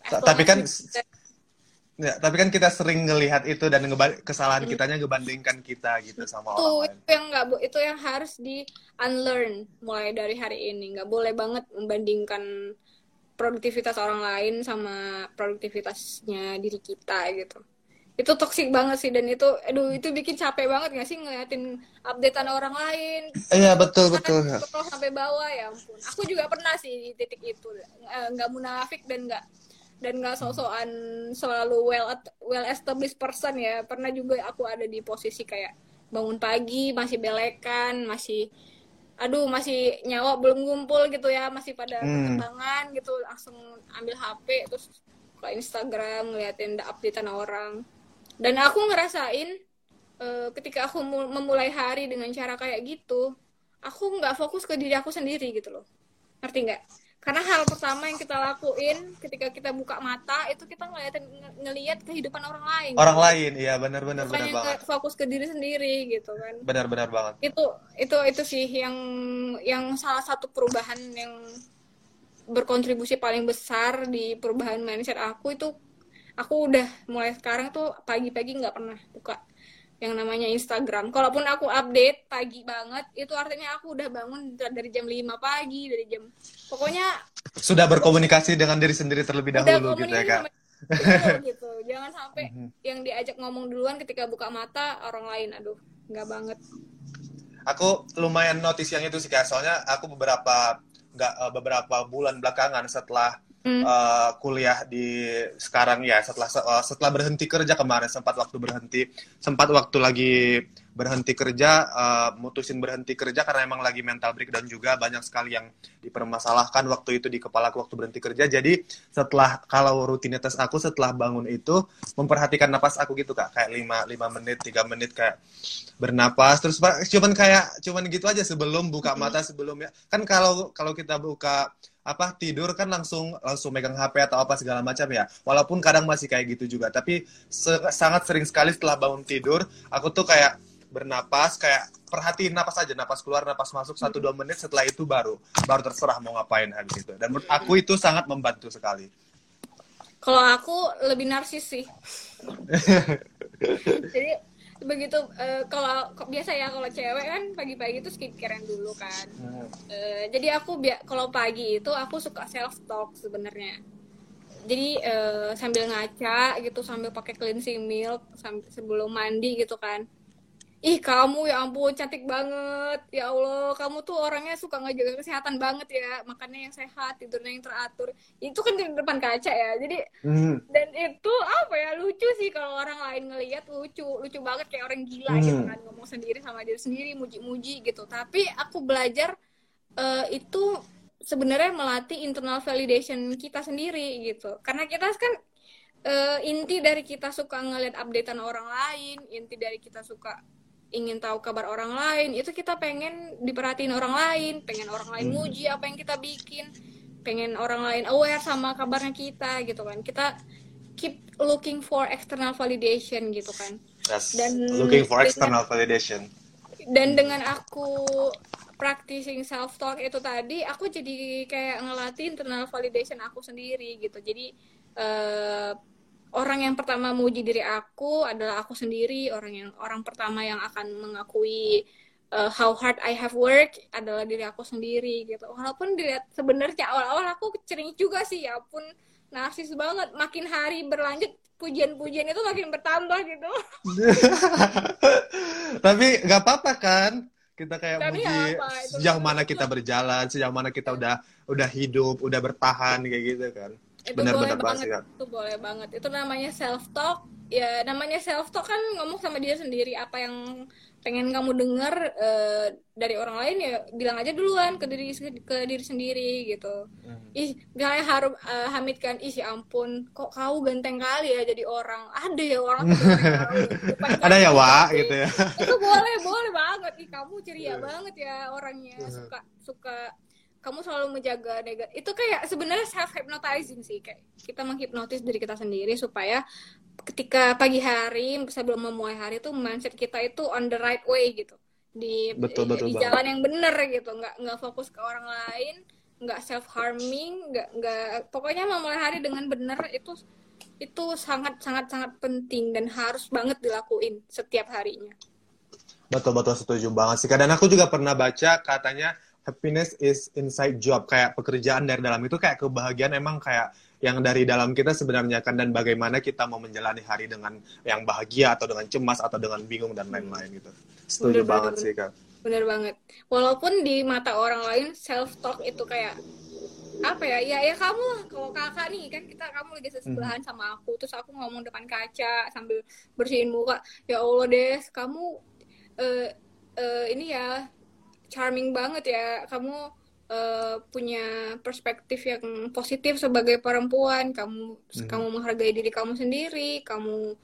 Tapi kan kita sering ngelihat itu dan kesalahan kitanya ngebandingkan kita gitu sama orang lain. Itu yang harus di unlearn mulai dari hari ini. Nggak boleh banget membandingkan produktivitas orang lain sama produktivitasnya diri kita gitu. Itu toksik banget sih, dan itu bikin capek banget nggak sih ngeliatin updatean orang lain. Iya betul. Sampai bawah, ya ampun. Aku juga pernah sih di titik itu, nggak munafik dan nggak sok-sokan selalu well established person ya. Pernah juga aku ada di posisi kayak bangun pagi masih belekan, masih nyawa belum ngumpul gitu ya, masih pada perkembangan gitu, langsung ambil HP terus ke Instagram ngeliatin updatean orang. Dan aku ngerasain ketika aku memulai hari dengan cara kayak gitu, aku nggak fokus ke diri aku sendiri gitu loh, ngerti nggak? Karena hal pertama yang kita lakuin ketika kita buka mata itu kita ngelihat kehidupan orang lain. Orang lain, iya benar banget. Fokus ke diri sendiri gitu kan. Benar banget. Itu sih yang salah satu perubahan yang berkontribusi paling besar di perubahan mindset aku itu, aku udah mulai sekarang tuh pagi-pagi nggak pernah buka yang namanya Instagram. Kalaupun aku update pagi banget, itu artinya aku udah bangun dari jam 5 pagi, dari jam... Pokoknya Sudah berkomunikasi dengan diri sendiri terlebih udah dahulu gitu ya komunikasi Kak. sama dulu gitu. Jangan sampai yang diajak ngomong duluan ketika buka mata orang lain. Aduh, nggak banget. Aku lumayan notice yang itu sih Kak, soalnya aku beberapa bulan belakangan setelah kuliah di sekarang ya, setelah berhenti kerja kemarin, sempat waktu lagi berhenti kerja, mutusin berhenti kerja karena emang lagi mental breakdown juga, banyak sekali yang dipermasalahkan waktu itu di kepala aku waktu berhenti kerja. Jadi kalau rutinitas aku setelah bangun itu memperhatikan napas aku gitu Kak, kayak 5 menit, 3 menit kayak bernapas, terus cuman gitu aja sebelum buka mata, sebelumnya kan kalau kita buka tidur kan langsung megang HP atau apa segala macam ya, walaupun kadang masih kayak gitu juga, tapi sangat sering sekali setelah bangun tidur aku tuh kayak bernapas, kayak perhatiin napas aja, napas keluar napas masuk 1-2 menit, setelah itu baru terserah mau ngapain habis itu. Dan menurut aku itu sangat membantu sekali. Kalau aku lebih narsis sih. Jadi begitu kalau biasa ya, kalau cewek kan pagi-pagi itu skincare dulu kan. Jadi aku kalau pagi itu aku suka self talk sebenarnya. Jadi sambil ngaca gitu, sambil pakai cleansing milk sebelum mandi gitu kan. Ih, kamu ya ampun cantik banget. Ya Allah, kamu tuh orangnya suka ngejaga kesehatan banget ya. Makannya yang sehat, tidurnya yang teratur. Itu kan di depan kaca ya. Jadi dan itu apa ya, lucu sih kalau orang lain ngelihat, lucu banget kayak orang gila gitu kan, ngomong sendiri sama diri sendiri, muji-muji gitu. Tapi aku belajar itu sebenarnya melatih internal validation kita sendiri gitu. Karena kita kan inti dari kita suka ngeliat updatean orang lain, inti dari kita suka ingin tahu kabar orang lain, itu kita pengen diperhatiin orang lain, pengen orang lain muji apa yang kita bikin, pengen orang lain aware sama kabarnya kita gitu kan. Kita keep looking for external validation gitu kan. Yes, looking for external validation. Dan dengan aku practicing self talk itu tadi, aku jadi kayak ngelatih internal validation aku sendiri gitu. Jadi orang yang pertama muji diri aku adalah aku sendiri. Orang pertama yang akan mengakui how hard I have worked adalah diri aku sendiri gitu. Walaupun dilihat sebenarnya awal-awal aku cering juga sih, ya pun narsis banget. Makin hari berlanjut, pujian-pujian itu makin bertambah gitu. Tapi nggak apa-apa kan? Kita kayak tapi muji sejauh mana kita berjalan, sejauh mana kita udah hidup, udah bertahan kayak gitu kan. Itu Benar-benar boleh banget, kan? itu boleh banget. Itu namanya self talk. Ya namanya self talk kan ngomong sama diri sendiri, apa yang pengen kamu dengar dari orang lain ya bilang aja duluan ke diri sendiri gitu. Ih, gak harus Hamid kan, ih ya ampun, kok kau ganteng kali ya jadi orang. Ada ya orang ada ya Wak gitu ya. Itu boleh banget. Ih, kamu ceria banget ya orangnya, suka kamu selalu menjaga itu kayak sebenarnya self hypnotizing sih, kayak kita menghipnotis diri kita sendiri supaya ketika pagi hari sebelum memulai hari itu mindset kita itu on the right way gitu, di jalan yang benar gitu, nggak fokus ke orang lain, nggak self harming, nggak pokoknya memulai hari dengan benar. Itu sangat penting dan harus banget dilakuin setiap harinya. Betul setuju banget sih. Dan aku juga pernah baca katanya happiness is inside job, kayak pekerjaan dari dalam itu, kayak kebahagiaan emang kayak yang dari dalam kita sebenarnya kan, dan bagaimana kita mau menjalani hari dengan yang bahagia atau dengan cemas atau dengan bingung dan lain-lain gitu. Setuju banget sih Kak. Bener banget. Walaupun di mata orang lain self talk itu kayak apa ya kamu lah, kalau kakak nih kan kamu lagi sebelahan sama aku, terus aku ngomong depan kaca sambil bersihin muka, ya Allah Des, kamu ini ya charming banget ya, kamu punya perspektif yang positif sebagai perempuan, kamu menghargai diri kamu sendiri, kamu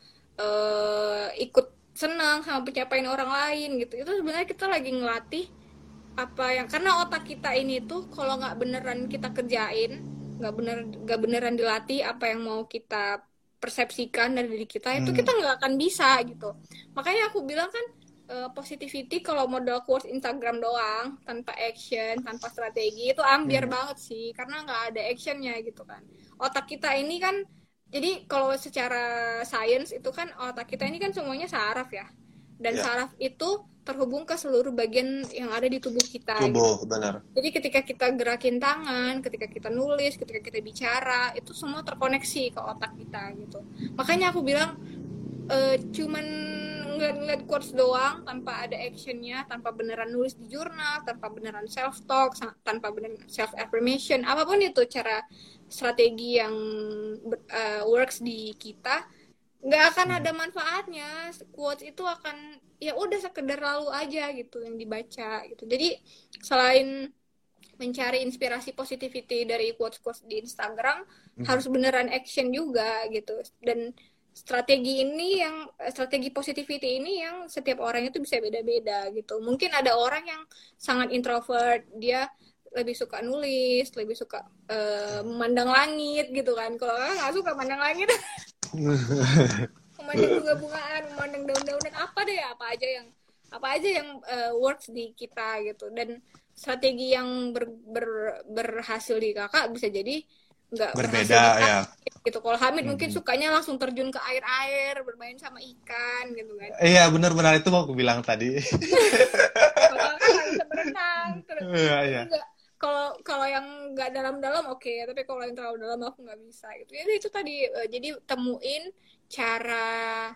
ikut senang sama pencapaian orang lain gitu. Itu sebenarnya kita lagi ngelatih karena otak kita ini tuh kalau nggak beneran kita kerjain, nggak beneran dilatih apa yang mau kita persepsikan dari diri kita, itu kita nggak akan bisa gitu. Makanya aku bilang kan, positivity kalau modal quotes Instagram doang, tanpa action, tanpa strategi, itu ambiar banget sih, karena nggak ada actionnya gitu kan. Otak kita ini kan, jadi kalau secara sains itu kan otak kita ini kan semuanya saraf ya, dan saraf itu terhubung ke seluruh bagian yang ada di tubuh kita. Tubuh, gitu. benar. Jadi ketika kita gerakin tangan, ketika kita nulis, ketika kita bicara, itu semua terkoneksi ke otak kita gitu. Makanya aku bilang cuman ngeliat quotes doang tanpa ada actionnya, tanpa beneran nulis di jurnal, tanpa beneran self talk, tanpa beneran self affirmation, apapun itu cara strategi yang works di kita, nggak akan ada manfaatnya. Quotes itu akan ya udah sekedar lalu aja gitu yang dibaca gitu. Jadi selain mencari inspirasi positivity dari quotes-quotes di Instagram, harus beneran action juga gitu. Dan strategi positivity ini yang setiap orang itu bisa beda-beda gitu. Mungkin ada orang yang sangat introvert, dia lebih suka nulis, lebih suka memandang langit gitu kan. Kalau orang nggak suka memandang langit, memandang bunga-bungaan, memandang daun-daunan, apa aja yang works di kita gitu. Dan strategi yang berhasil di kakak bisa jadi nggak berbeda ya gitu. Kalau Hamid mungkin sukanya langsung terjun ke air bermain sama ikan gitu kan. Iya benar itu mau aku bilang tadi. Kalau kan nggak bisa berenang terus iya. Kalau yang nggak dalam-dalam oke, tapi kalau yang terlalu dalam aku nggak bisa gitu. Jadi itu tadi, jadi temuin cara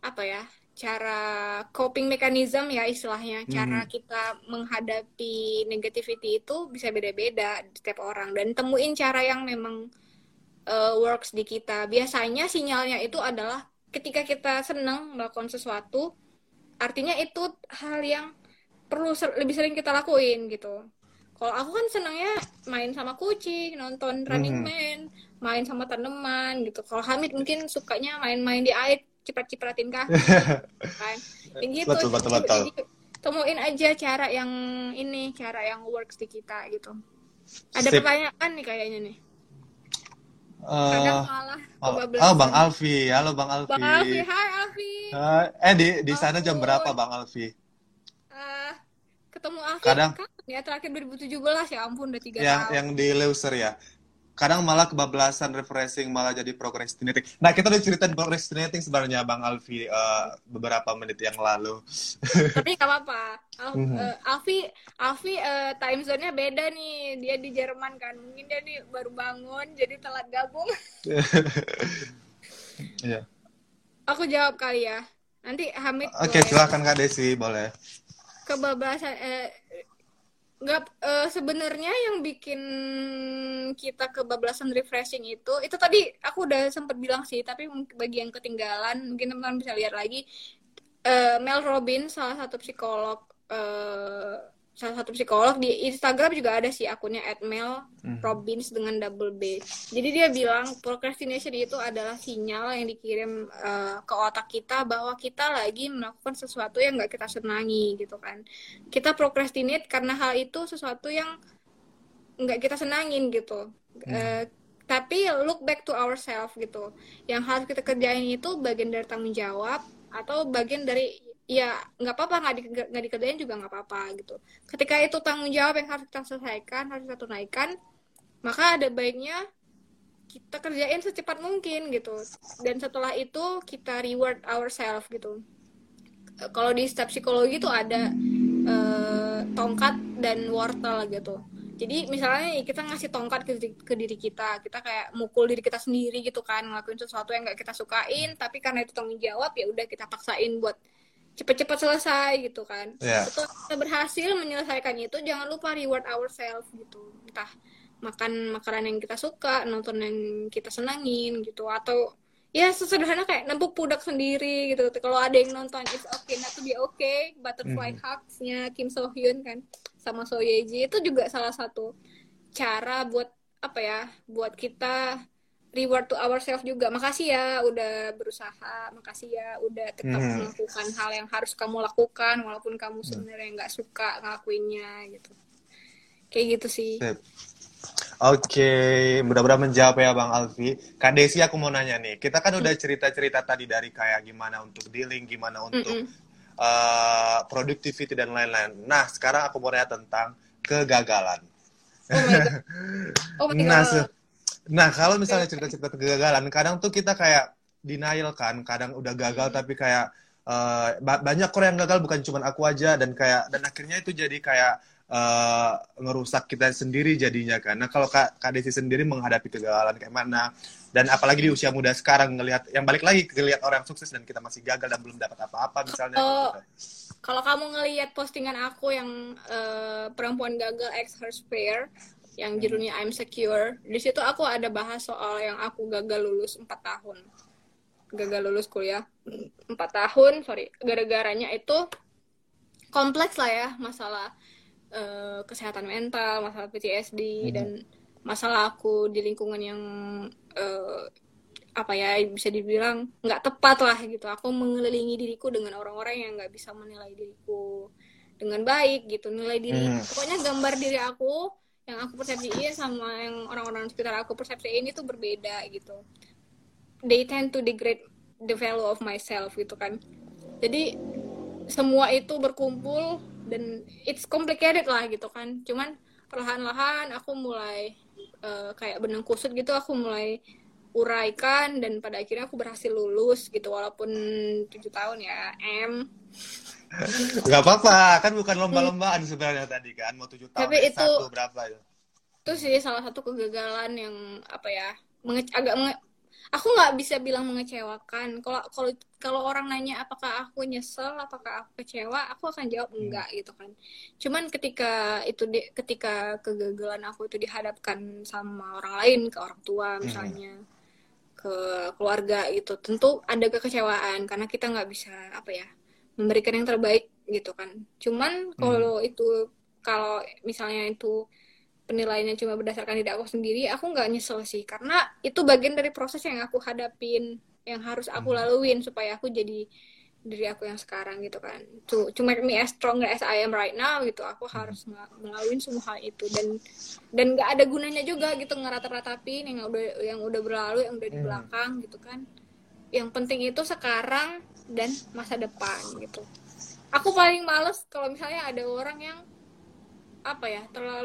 coping mechanism ya istilahnya, cara kita menghadapi negativity itu bisa beda-beda di setiap orang, dan temuin cara yang memang works di kita. Biasanya sinyalnya itu adalah ketika kita senang melakukan sesuatu, artinya itu hal yang perlu lebih sering kita lakuin gitu. Kalau aku kan senangnya main sama kucing, nonton Running Man, main sama tanaman gitu. Kalau Hamid mungkin sukanya main-main di air, ciprat-cipratin kaki kan. Gitu. Betul. Jadi temuin aja cara yang works di kita gitu. Ada pertanyaan nih kayaknya nih. Kadang malah kebablasan. Bang Alfi. Halo Bang Alfi. Bang Alfi, hai Alfi. Di sana jam berapa Bang Alfi? Ketemu Alfi kadang ya terakhir 2017 ya ampun udah 3 tahun. Yang di Leuser ya. Kadang malah kebablasan, refreshing, malah jadi procrastinating. Nah, kita udah ceritain procrastinating sebenarnya Bang Alfi beberapa menit yang lalu. Tapi nggak apa-apa. Alfi time zone-nya beda nih. Dia di Jerman kan. Mungkin dia nih baru bangun, jadi telat gabung. Iya. Aku jawab kali ya. Nanti Hamid. Oke, silakan Kak Desi, boleh. Kebablasan sebenarnya yang bikin kita kebablasan refreshing itu tadi aku udah sempat bilang sih, tapi bagi yang ketinggalan mungkin teman-teman bisa lihat lagi. Mel Robbins, salah satu psikolog di Instagram juga ada sih akunnya @mel_robbins dengan double B. Jadi dia bilang procrastination itu adalah sinyal yang dikirim ke otak kita bahwa kita lagi melakukan sesuatu yang nggak kita senangi gitu kan. Kita procrastinate karena hal itu sesuatu yang nggak kita senangin gitu. Tapi look back to ourselves gitu. Yang harus kita kerjain itu bagian dari tanggung jawab atau bagian dari ya nggak apa-apa, nggak dikerjain juga nggak apa-apa gitu. Ketika itu tanggung jawab yang harus kita selesaikan, harus kita tunaikan, maka ada baiknya kita kerjain secepat mungkin gitu. Dan setelah itu kita reward ourselves gitu. Kalau di step psikologi itu ada tongkat dan wortel gitu. Jadi misalnya kita ngasih tongkat ke diri kita kayak mukul diri kita sendiri gitu kan, ngelakuin sesuatu yang nggak kita sukain, tapi karena itu tanggung jawab ya udah kita paksain buat cepet-cepet selesai gitu kan. Setelah kita berhasil menyelesaikan itu, jangan lupa reward ourselves gitu. Entah makan makanan yang kita suka, nonton yang kita senangin gitu, atau ya sesederhana kayak nempuk pundak sendiri gitu. Kalau ada yang nonton It's Okay Not to Be Okay, Butterfly Hugs-nya Kim So Hyun kan sama So Ye Ji, itu juga salah satu cara buat buat kita reward to ourselves juga. Makasih ya udah berusaha, makasih ya udah tetap melakukan hal yang harus kamu lakukan walaupun kamu sebenarnya nggak suka ngelakuinnya gitu. Kayak gitu sih. Oke, mudah-mudahan menjawab ya Bang Alfi. Kak Desi, aku mau nanya nih, kita kan udah cerita-cerita tadi dari kayak gimana untuk dealing, gimana untuk productivity dan lain-lain. Nah, sekarang aku mau nanya tentang kegagalan. Oh my God. Oh my Nah, God. nah, kalau Oke, misalnya oke. cerita-cerita kegagalan, kadang tuh kita kayak denial kan, kadang udah gagal Hmm. tapi kayak banyak orang yang gagal bukan cuma aku aja dan kayak dan akhirnya itu jadi kayak ngerusak kita sendiri jadinya kan. Nah, kalau Kak Desi sendiri menghadapi kegagalan kayak mana dan apalagi di usia muda sekarang ngelihat yang balik lagi ngelihat orang sukses dan kita masih gagal dan belum dapat apa-apa misalnya kayak Oh, gitu. kalau kamu ngelihat postingan aku yang perempuan gagal X her spare, yang Hmm. judulnya I'm Secure, di situ aku ada bahas soal yang aku gagal lulus 4 tahun. Gagal lulus kuliah 4 tahun, sorry. Gara-garanya itu kompleks lah ya, masalah kesehatan mental, masalah PTSD, Mhm. dan masalah aku di lingkungan yang eh, apa ya, bisa dibilang nggak tepat lah gitu. Aku mengelilingi diriku dengan orang-orang yang nggak bisa menilai diriku dengan baik gitu. Nilai diri, Mhm. pokoknya gambar diri aku yang aku persepsiin sama yang orang-orang sekitar aku persepsiin itu berbeda gitu. They tend to degrade the value of myself gitu kan. Jadi semua itu berkumpul dan it's complicated lah gitu kan. Cuman perlahan-lahan aku mulai kayak benang kusut gitu, aku mulai uraikan dan pada akhirnya aku berhasil lulus gitu, walaupun 7 tahun ya Gak apa-apa, kan bukan Hmm, lomba-lombaan sebenarnya tadi kan, mau 7 tahun tapi S1 berapa ya? itu sih salah satu kegagalan yang apa ya, agak aku nggak bisa bilang mengecewakan. Kalau kalau kalau orang nanya apakah aku nyesel, apakah aku kecewa, aku akan jawab Hmm. enggak gitu kan. Cuman ketika kegagalan aku itu dihadapkan sama orang lain, ke orang tua Mhm. misalnya, ke keluarga gitu, tentu ada kekecewaan karena kita nggak bisa apa ya, memberikan yang terbaik gitu kan. Cuman Mhm. kalau misalnya itu penilaiannya cuma berdasarkan diri aku sendiri, aku nggak nyesel sih, karena itu bagian dari proses yang aku hadapin, yang harus aku Mhm. laluin supaya aku jadi diri aku yang sekarang gitu kan. To make me as strong as I am right now gitu, aku Mhm. harus melalui semua hal itu, dan nggak ada gunanya juga gitu ngerata-ratapin yang udah berlalu, yang udah di Mhm. belakang gitu kan. Yang penting itu sekarang dan masa depan gitu. Aku paling males kalau misalnya ada orang yang apa ya,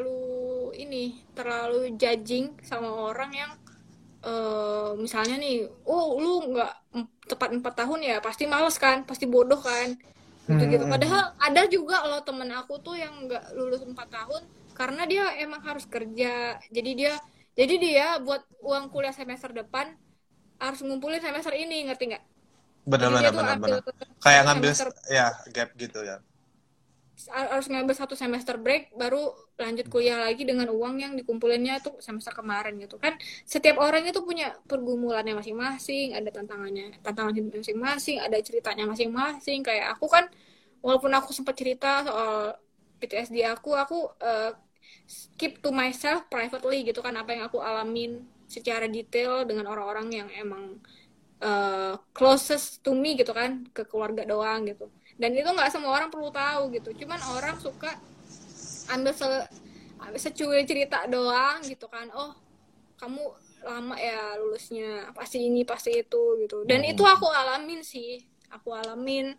terlalu judging sama orang yang misalnya nih, oh lu nggak tepat 4 tahun ya, pasti males kan, pasti bodoh kan, gitu-gitu. Mhm. Padahal ada juga loh temen aku tuh yang nggak lulus 4 tahun karena dia emang harus kerja, jadi dia buat uang kuliah semester depan harus ngumpulin semester ini, ngerti nggak? Benar, Jadi dia benar, tuh benar, ambil benar. Kayak satu ngambil semester ya gap gitu ya. harus ngambil satu semester break baru lanjut kuliah lagi dengan uang yang dikumpulinnya tuh semester kemarin gitu kan. Setiap orang itu punya pergumulannya masing-masing, ada tantangan hidup masing-masing, ada ceritanya masing-masing. Kayak aku kan, walaupun aku sempat cerita soal PTSD aku keep to myself privately gitu kan, apa yang aku alamin secara detail dengan orang-orang yang emang closest to me gitu kan, ke keluarga doang gitu. Dan itu nggak semua orang perlu tahu gitu, cuman orang suka ambil secuil cerita doang gitu kan. Oh, kamu lama ya lulusnya, pasti ini pasti itu gitu. Dan itu Mhm. aku alamin sih, aku alamin.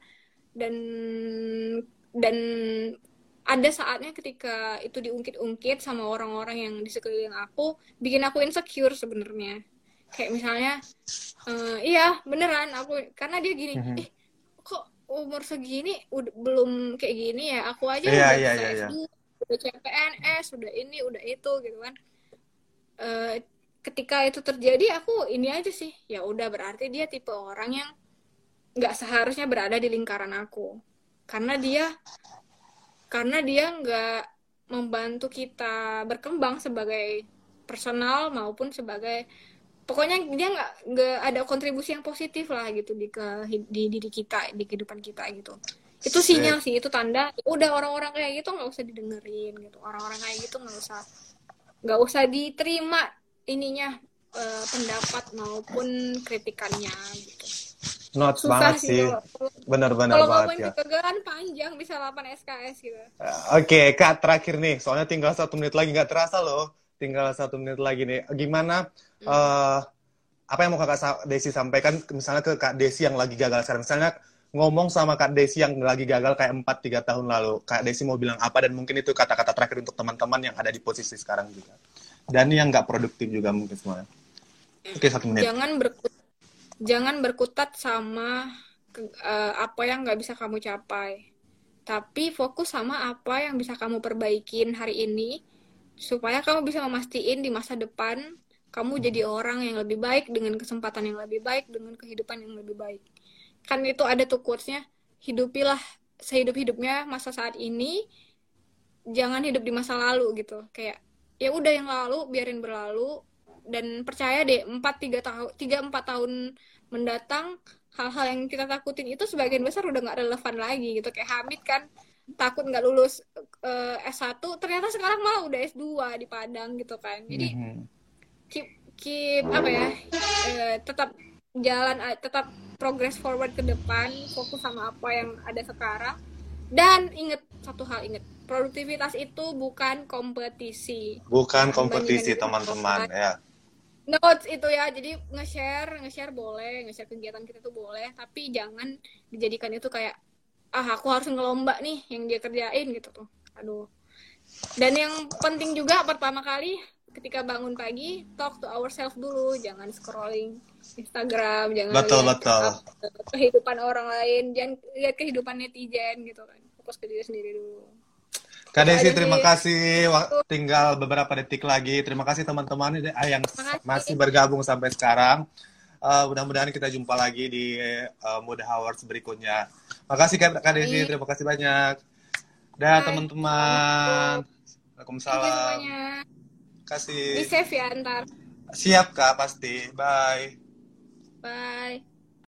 Dan dan ada saatnya ketika itu diungkit-ungkit sama orang-orang yang di sekeliling aku, bikin aku insecure sebenarnya. Kayak misalnya, iya beneran aku, karena dia gini, Mhm. kok umur segini udah belum kayak gini ya, aku aja Iya, udah iya, bisa iya, iya. S2, udah CPNS, udah ini udah itu gitu kan. Eh, Ketika itu terjadi, aku ini aja sih, ya udah berarti dia tipe orang yang nggak seharusnya berada di lingkaran aku, karena dia karena dia nggak membantu kita berkembang sebagai personal maupun sebagai, pokoknya dia nggak ada kontribusi yang positif lah gitu di diri kita, di kehidupan kita gitu. Itu Sip. sinyal sih, itu tanda udah, orang-orang kayak gitu nggak usah didengerin gitu, orang-orang kayak gitu nggak usah diterima ininya, pendapat maupun kritikannya gitu. Notes Susah banget sih sih. kalau Benar-benar kalau banget ngomongin ya. kegagalan panjang, bisa 8 SKS gitu. Oke, Kak, terakhir nih. Soalnya tinggal 1 menit lagi. Nggak terasa loh. Tinggal 1 menit lagi nih. Gimana, Hmm. eh apa yang mau Kakak Desi sampaikan misalnya ke Kak Desi yang lagi gagal sekarang? Misalnya ngomong sama Kak Desi yang lagi gagal kayak 4-3 tahun lalu. Kak Desi mau bilang apa, dan mungkin itu kata-kata terakhir untuk teman-teman yang ada di posisi sekarang juga. Dan yang nggak produktif juga mungkin semuanya. Oke, 1 menit. Jangan berkutat sama apa yang nggak bisa kamu capai. Tapi fokus sama apa yang bisa kamu perbaikin hari ini, supaya kamu bisa memastiin di masa depan kamu jadi orang yang lebih baik, dengan kesempatan yang lebih baik, dengan kehidupan yang lebih baik. Kan itu ada tuh quotes-nya, hidupilah sehidup-hidupnya masa saat ini, jangan hidup di masa lalu gitu. Kayak ya udah yang lalu biarin berlalu, dan percaya deh 3-4 tahun mendatang hal-hal yang kita takutin itu sebagian besar udah nggak relevan lagi gitu. Kayak Hamid kan takut nggak lulus S1, ternyata sekarang malah udah S2 di Padang gitu kan. Jadi keep apa ya, tetap progress forward ke depan, fokus sama apa yang ada sekarang. Dan inget satu hal, produktivitas itu bukan kompetisi. Bukan kompetisi, teman-teman, ya. Notes itu ya, jadi nge-share boleh, nge-share kegiatan kita tuh boleh, tapi jangan dijadikan itu kayak aku harus ngelomba nih yang dia kerjain gitu tuh. Aduh. Dan yang penting juga pertama kali ketika bangun pagi, talk to ourselves dulu, jangan scrolling Instagram, jangan lihat kehidupan orang lain, jangan lihat kehidupan netizen gitu kan. Fokus ke diri sendiri dulu. Kak Desi, terima kasih. Tinggal beberapa detik lagi. Terima kasih teman-teman yang masih bergabung sampai sekarang. Mudah-mudahan kita jumpa lagi di Muda Hours berikutnya. Makasih Kak Desi, terima kasih banyak. Dan teman-teman, Waalaikumsalam. Kasih. Di save ya ntar. Siap Kak, pasti. Bye. Bye.